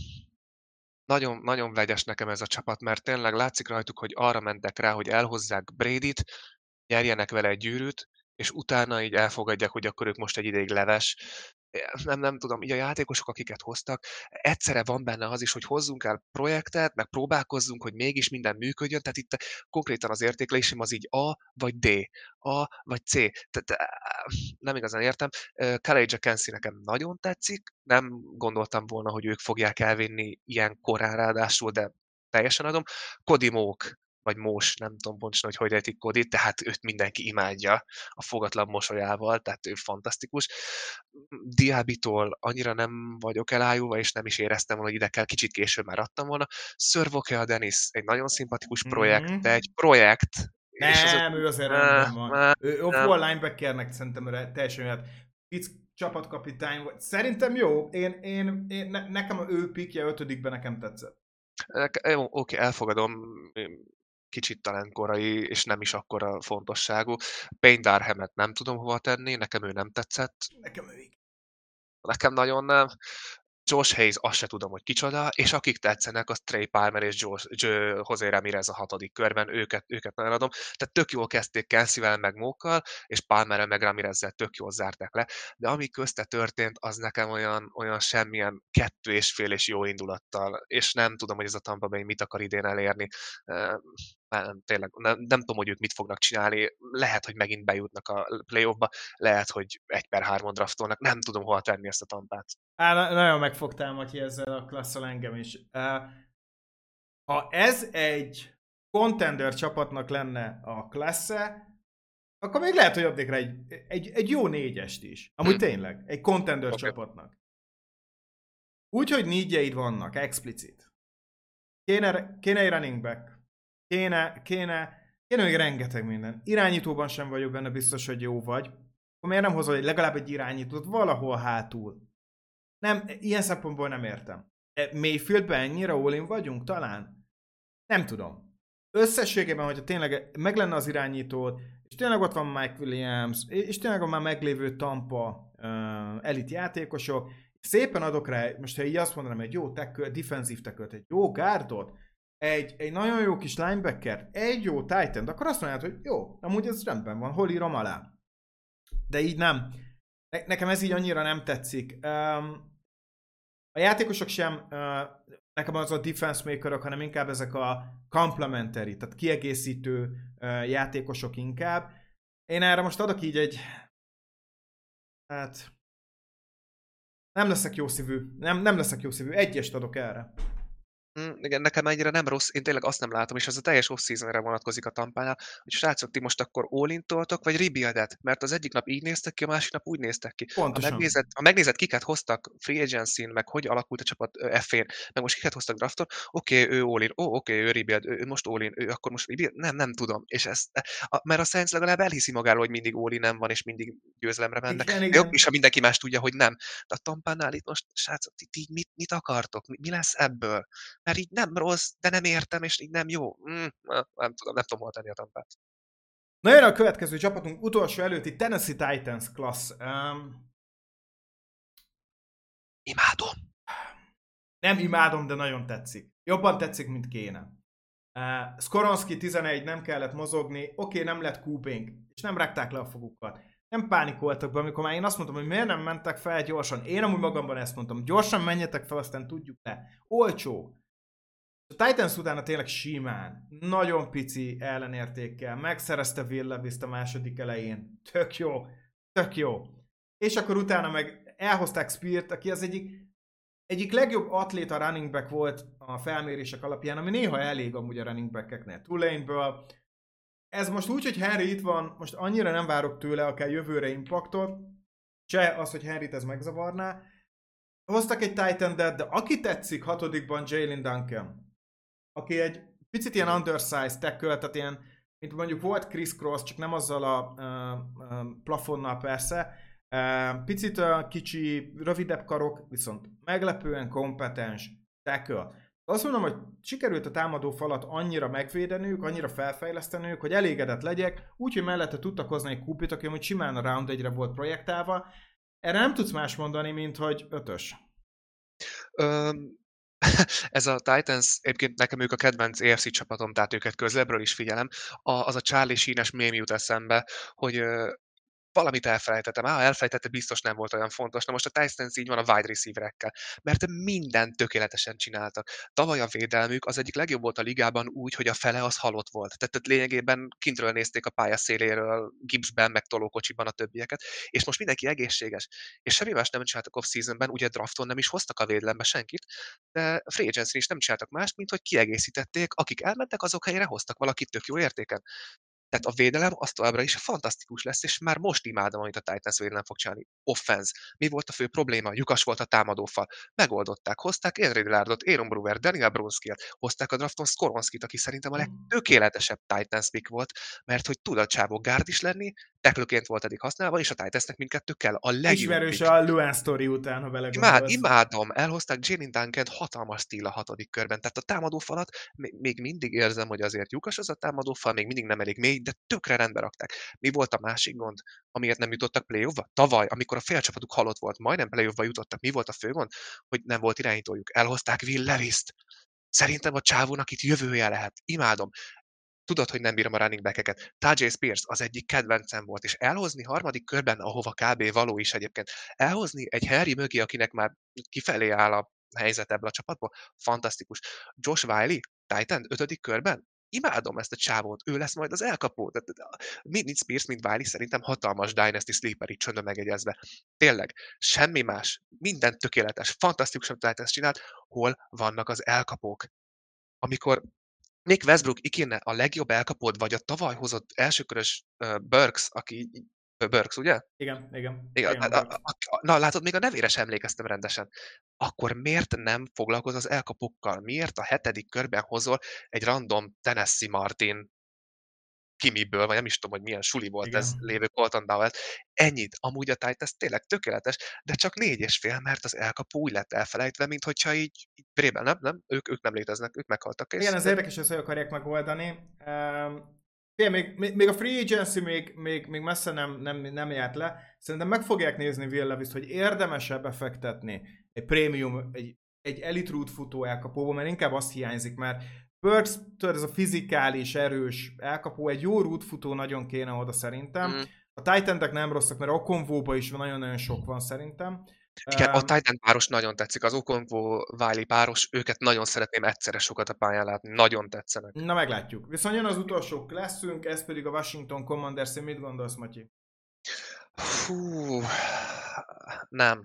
Nagyon, nagyon vegyes nekem ez a csapat, mert tényleg látszik rajtuk, hogy arra mentek rá, hogy elhozzák Bradyt, nyerjenek vele egy gyűrűt, és utána így elfogadják, hogy akkor ők most egy ideig leves. Nem, nem tudom, így a játékosok, akiket hoztak, egyszerre van benne az is, hogy hozzunk el projektet, meg próbálkozzunk, hogy mégis minden működjön, tehát itt konkrétan az értékelésem az így A vagy D, A vagy C. Tehát nem igazán értem. Khalil Kensi nekem nagyon tetszik, nem gondoltam volna, hogy ők fogják elvinni ilyen korán ráadásul, de teljesen adom. Cody Moke, vagy Mós, nem tudom pontosan, hogy hogy ejtik Codit, tehát őt mindenki imádja a fogatlan mosolyával, tehát ő fantasztikus. Diabitól annyira nem vagyok elájulva, és nem is éreztem volna, hogy ide kell, kicsit később már adtam volna. Sörvoke a Dennis, egy nagyon szimpatikus projekt, mm-hmm. de egy projekt. Nem, és az ő azért rendben van. Ne, ő off-ball linebackernek szerintem teljesen olyan pic csapatkapitány volt. Szerintem jó, én, én, én ne, nekem a ő pikje ötödikben nekem tetszett. Oké, okay, elfogadom. Kicsit talán korai, és nem is akkora fontosságú. Payne Darhamet nem tudom hova tenni, nekem ő nem tetszett. Nekem ő igen. Nekem nagyon nem. Josh Hayes, azt se tudom, hogy kicsoda, és akik tetszenek, az Trey Palmer és Josh, José Ramirez a hatodik körben, őket, őket nagyon adom. Tehát tök jól kezdték Kelsey-vel, meg Mókkal, és Palmerrel, meg Ramirezzel tök jól zárták le, de ami közte történt, az nekem olyan, olyan semmilyen kettő és fél és jó indulattal, és nem tudom, hogy ez a Tampa Bay mit akar idén elérni. Nem, tényleg, nem, nem tudom, hogy ők mit fognak csinálni, lehet, hogy megint bejutnak a playoffba, lehet, hogy egy per hármon draftolnak, nem tudom, hol tenni ezt a Tampát. Á, nagyon megfogtál, Matyi, ezzel a klasszal engem is. Ha ez egy contender csapatnak lenne a klassze, akkor még lehet, hogy adnék rá egy, egy, egy jó négyest is. Amúgy hmm. tényleg, egy contender okay. csapatnak. Úgyhogy négyjeid vannak, explicit. Kéne, kéne egy running back. Kéne, kéne, kéne még rengeteg minden. Irányítóban sem vagyok benne biztos, hogy jó vagy. Akkor miért nem hozol egy, legalább egy irányítót valahol hátul? Nem, ilyen szempontból nem értem. Mayfieldben ennyire all-in vagyunk talán? Nem tudom. összességében, hogyha tényleg meg lenne az irányítód, és tényleg ott van Mike Williams, és tényleg van már meglévő Tampa uh, elit játékosok, szépen adok rá, most ha így azt mondanám, egy jó tackle, defensív tackle, egy jó guardot, egy, egy nagyon jó kis linebacker, egy jó titan, akkor azt mondjád, hogy jó, amúgy ez rendben van, hol írom alá. De így nem. Ne, nekem ez így annyira nem tetszik. Um, a játékosok sem uh, nekem az a defense makerok, hanem inkább ezek a complementary, tehát kiegészítő uh, játékosok inkább. Én erre most adok így egy... Hát... Nem leszek jó szívű. Nem, nem leszek jó szívű. Egyest adok erre. Mm, igen, nekem ennyire nem rossz, én tényleg azt nem látom, és ez a teljes off-seasonre vonatkozik a Tampánál, hogy srácok, ti most akkor all-in-toltok, vagy rebuildet? Mert az egyik nap így néztek ki, a másik nap úgy néztek ki. Ha Pontosan. megnézed, ha megnézed kiket hoztak free agency-n, meg hogy alakult a csapat ef én, meg most kiket hoztak drafton, oké, okay, ő all-in, ó, oh, oké, okay, ő rebuild, ő, ő most all-in, ő akkor most rebuild, nem, nem tudom. És ezt, a, mert a Saints legalább elhiszi magáról, hogy mindig all-in nem van, és mindig győzelemre mennek. Igen, De igen. jobb is, ha mindenki más tudja, hogy nem. De a Tampánál itt most, srácok, ti, ti mit, mit akartok? Mi, mi lesz ebből? Mert így nem rossz, de nem értem, és így nem jó. Mm, nem tudom, nem tudom hol tenni a Tampát. Na jön a következő csapatunk, utolsó előtti Tennessee Titans class. Um, Imádom. Nem imádom, de nagyon tetszik. Jobban tetszik, mint kéne. Uh, Skoronski tizenegy, nem kellett mozogni, oké, okay, nem lett cooping, és nem rakták le a fogukat. Nem pánikoltak be, amikor már én azt mondtam, hogy miért nem mentek fel gyorsan. Én amúgy magamban ezt mondtam, gyorsan menjetek fel, aztán tudjuk le. Olcsó. A Titans utána tényleg simán, nagyon pici ellenértékkel, megszerezte Will Levis-t a második elején. Tök jó, tök jó. És akkor utána meg elhozták Speart, aki az egyik, egyik legjobb atléta running back volt a felmérések alapján, ami néha elég amúgy a running back-eknél. Tulane-ből. Ez most úgy, hogy Henry itt van, most annyira nem várok tőle akár jövőre impactot, se az, hogy Henryt ez megzavarná. Hoztak egy Titan-det, de aki tetszik hatodikban Jalen Duncan, aki egy picit ilyen undersized tackle, tehát ilyen, mint mondjuk volt Chris Cross, csak nem azzal a uh, uh, plafonnal persze, uh, picit uh, kicsi, rövidebb karok, viszont meglepően kompetens tackle. Azt mondom, hogy sikerült a támadó falat annyira megvédenők, annyira felfejlesztenők, hogy elégedett legyek, úgyhogy mellette tudtak hozni egy kupit, aki amúgy simán a round egyre volt projektálva. Erre nem tudsz más mondani, mint hogy ötös. Um... Ez a Titans, egyébként nekem ők a kedvenc á ef cé csapatom, tehát őket közelebbről is figyelem. A, az a Charlie Sheen-es mém jut eszembe, hogy ö, valamit elfelejtettem. Á, elfelejtette, biztos nem volt olyan fontos. Na most a Titans így van a wide receiverekkel, mert mindent tökéletesen csináltak. Tavaly a védelmük az egyik legjobb volt a ligában úgy, hogy a fele az halott volt. Tehát, tehát lényegében kintről nézték a pálya széléről, gipsben, meg tolókocsiban a többieket, és most mindenki egészséges. És semmi más nem csináltak off-seasonben, ugye drafton nem is hoztak a védelembe senkit, de a free agency is nem csináltak mást, mint hogy kiegészítették, akik elmentek, azok helyére hoztak valakit tök jó értéken. Tehát a védelem az továbbra is fantasztikus lesz, és már most imádom, amit a Titans védelem fog csinálni. Offense. Mi volt a fő probléma? Lyukas volt a támadófal. Megoldották. Hozták Henry Dillardot, Aaron Brewer, Daniel Brunskill-t, hozták a drafton Skoronskit, aki szerintem a legtökéletesebb Titans pick volt, mert hogy tud a csávó gárd is lenni, tackleként volt eddig használva, és a Titansnek mindkettő kell. A legjobb Ismerős pick. a Luan Story után, ha belegondolsz. Imád, imádom, elhozták Jalen Duncan hatalmas stíl a hatodik körben, tehát a támadófalat még, még mindig érzem, hogy azért lyukas az a támadófal, még mindig nem elég mély, de tökre rendbe rakták. Mi volt a másik gond, amiért nem jutottak playoffba? Tavaly, amikor a félcsapatuk halott volt, majdnem playoffba jutottak, mi volt a fő gond? Hogy nem volt irányítójuk. Elhozták Will Levis-t. Szerintem a csávónak itt jövője lehet. Imádom. Tudod, hogy nem bírom a running back-eket. Tajay Spears az egyik kedvencem volt, és elhozni harmadik körben, ahova kb. Való is egyébként, elhozni egy Henry mögé, akinek már kifelé áll a helyzet ebből a csapatból, fantasztikus. Josh Wiley, Titan, ötödik körben, imádom ezt a csávót, ő lesz majd az elkapó. Mind Spears, mind Wiley szerintem hatalmas Dynasty Sleeper így csöndbe megegyezve. Tényleg, semmi más, minden tökéletes, fantasztikus, amit Titans csinált, hol vannak az elkapók. Amikor Nick Westbrook Ikhine a legjobb elkapód, vagy a tavaly hozott elsőkörös uh, Burks, aki uh, Burks, ugye? Igen, igen. igen igen a, a, a, na, látod, még a nevére sem emlékeztem rendesen. Akkor miért nem foglalkozol az elkapókkal? Miért a hetedik körben hozol egy random Tennessee Martin Kimiből, vagy nem is tudom, hogy milyen suli volt Igen. ez lévő Colton Dowell-t. Ennyit. Amúgy a Titans tényleg tökéletes, de csak négy és fél, mert az elkapó úgy lett elfelejtve, mint hogyha így, így brében, nem, nem, ők, ők nem léteznek, ők meghaltak. Kész. Igen, ez érdekes, hogy ezt akarják megoldani. Um, még, még, még a free agency még, még, még messze nem, nem, nem járt le. Szerintem meg fogják nézni Will Levis-t, hogy érdemesebb befektetni egy prémium, egy, egy elite route futó elkapóba, mert inkább azt hiányzik, mert Burks, tudod, ez a fizikális, erős elkapó, egy jó route futó nagyon kéne oda szerintem. Mm. A Titansek nem rosszak, mert a Convóba is nagyon-nagyon sok van szerintem. Igen, um, a Titan páros nagyon tetszik, az Okonkwo-Wiley páros, őket nagyon szeretném egyszerre sokat a pályán látni, nagyon tetszenek. Na meglátjuk. Viszont jön az utolsó leszünk, ez pedig a Washington Commanders. Mit gondolsz, Matyi? Fú, nem.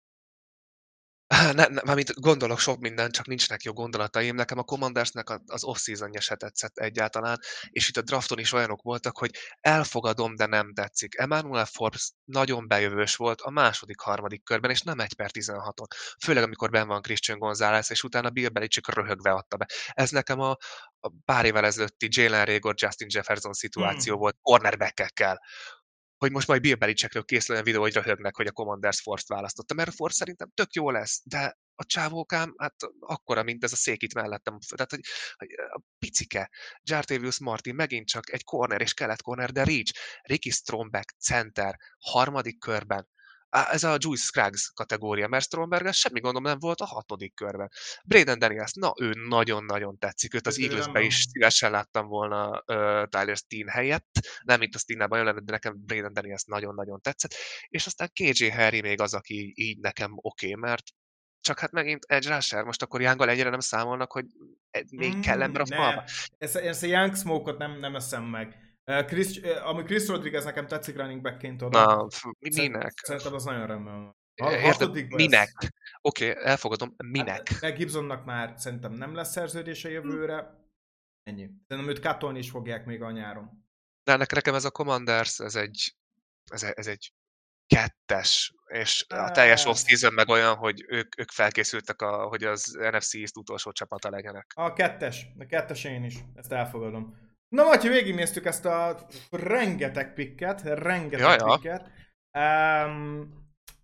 Ne, ne, mármint gondolok sok minden, csak nincsnek jó gondolataim. Nekem a Commandersnek az off-seasonja se tetszett egyáltalán, és itt a drafton is olyanok voltak, hogy elfogadom, de nem tetszik. Emmanuel Forbes nagyon bejövős volt a második, harmadik körben, és nem egy per tizenhaton. Főleg, amikor benn van Christian Gonzalez, és utána Bill Belichick röhögve adta be. Ez nekem a, a pár évvel ezelőtti Jalen Reagor, Justin Jefferson szituáció hmm. volt cornerback-ekkel, hogy most majd Bill Belichickről készül olyan videó, hogy röhögnek, hogy a Commanders Force-t választotta, mert a Force szerintem tök jó lesz, de a csávókám, hát akkora, mint ez a szék itt mellettem. Tehát, hogy, hogy a picike, Jartavius Martin megint csak egy corner és kelet corner, de reach, Ricky Stromberg, center, harmadik körben, ez a Juice Scruggs kategória, mert Stromberg semmi gondom nem volt a hatodik körben. Braden Daniels, na ő nagyon-nagyon tetszik, őt az Eaglesbe is szívesen láttam volna uh, Tyler Steen helyett, nem mint a Steennában jön lenne, de nekem Braden Daniels nagyon-nagyon tetszett, és aztán ká jé Harry még az, aki így nekem oké, okay, mert csak hát megint Edge Rusher, most akkor Younggal ennyire nem számolnak, hogy még mm, kell ember a falba? Ezt, ezt a Young Smoke-ot nem, nem eszem meg. Uh, Chris, uh, ami Chris Rodriguez nekem tetszik running backként oda. Na, mi, minek? Szerintem az nagyon rendben van. Érted, minek? Oké, okay, elfogadom, minek? Hát, meg Gibsonnak már szerintem nem lesz szerződése jövőre. Ennyi. Szerintem őt katolni is fogják még a nyáron. De nekem ez a Commanders, ez egy, ez, ez egy kettes, és a teljes off-season meg olyan, hogy ők, ők felkészültek, a, hogy az en ef cé East utolsó csapata legyenek. A kettes, a kettes én is, ezt elfogadom. Na, Matyi, végignéztük ezt a rengeteg pikket, rengeteg ja, pikket. Ja. Um,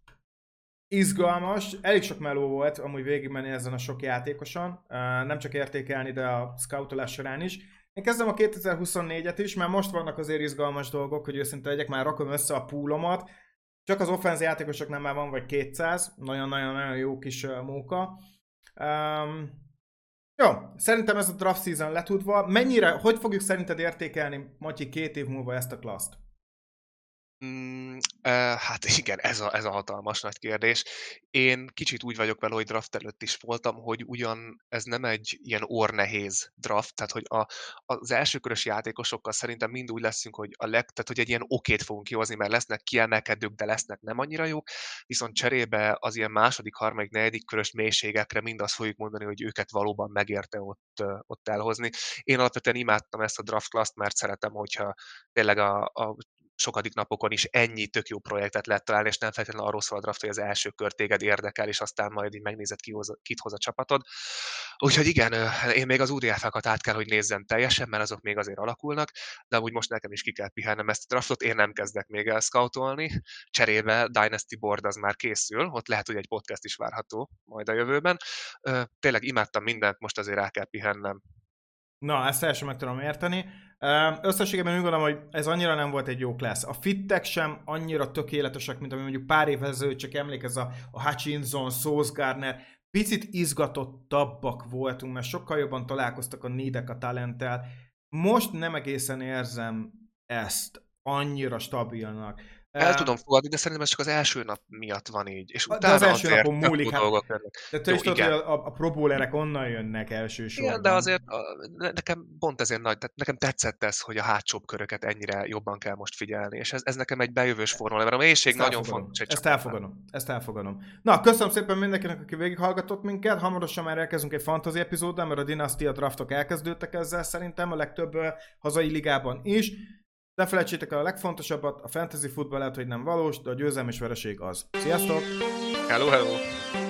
izgalmas, elég sok meló volt amúgy végigmenni ezen a sok játékoson, uh, nem csak értékelni, de a scoutolás során is. Én kezdem a kétezer-huszonnégyet is, mert most vannak azért izgalmas dolgok, hogy őszinte legyek, már rakom össze a poolomat. Csak az offense játékosoknál már van vagy kétszáz, nagyon-nagyon jó kis uh, móka. Um, Jó, szerintem ez a draft season letudva. Mennyire, hogy fogjuk szerinted értékelni, Matyi, két év múlva ezt a klaszt? Mm, uh, hát igen, ez a, ez a hatalmas nagy kérdés. Én kicsit úgy vagyok vele, hogy draft előtt is voltam, hogy ugyan ez nem egy ilyen orrnehéz draft, tehát hogy a, az elsőkörös játékosokkal szerintem mind úgy leszünk, hogy, a leg, tehát, hogy egy ilyen okét fogunk kihozni, mert lesznek kiemelkedők, de lesznek nem annyira jók, viszont cserébe az ilyen második, harmadik, negyedik körös mélységekre mind azt fogjuk mondani, hogy őket valóban megérte ott, ott elhozni. Én alapvetően imádtam ezt a draft class-t, mert szeretem, hogyha tényleg a, a sokadik napokon is ennyi tök jó projektet lehet találni, és nem feltétlenül arról szól a draft, hogy az első kör téged érdekel, és aztán majd így megnézed, ki hoz, kit hoz a csapatod. Úgyhogy igen, én még az u dé ef-eket át kell, hogy nézzem teljesen, mert azok még azért alakulnak, de amúgy most nekem is ki kell pihennem ezt a draftot, én nem kezdek még el scoutolni. Cserébe Dynasty Board az már készül, ott lehet, hogy egy podcast is várható majd a jövőben. Tényleg imádtam mindent, most azért el kell pihennem. Na, ezt teljesen meg tudom érteni. Összességében úgy gondolom, hogy ez annyira nem volt egy jó class. A fittek sem annyira tökéletesek, mint ami mondjuk pár évvel ezelőtt, csak emlékezz a, a Hutchinson, Sauce Gardner. Picit izgatottabbak voltunk, mert sokkal jobban találkoztak a needek a talenttel. Most nem egészen érzem ezt annyira stabilnak. El tudom fogadni, de szerintem ez csak az első nap miatt van így. És de az első napon múlik. Hát, de te is tudod, hogy a, a pro bowlerek onnan jönnek elsősorban. Igen, de azért a, nekem pont ezért nagy, tehát nekem tetszett ez, hogy a hátsóbb köröket ennyire jobban kell most figyelni, és ez, ez nekem egy bejövős formula, mert a mélység ezt nagyon fontos. Ezt elfogadom, ezt elfogadom. Na, köszönöm szépen mindenkinek, aki végighallgatott minket. Hamarosan már elkezdünk egy fantasy epizóddal, mert a Dynasty a draftok elkezdődtek ezzel szerintem, a legtöbb hazai ligában is. Ne felejtsétek el a legfontosabbat, a fantasy futball lehet, hogy nem valós, de a győzelem és vereség az. Sziasztok! Hello, hello!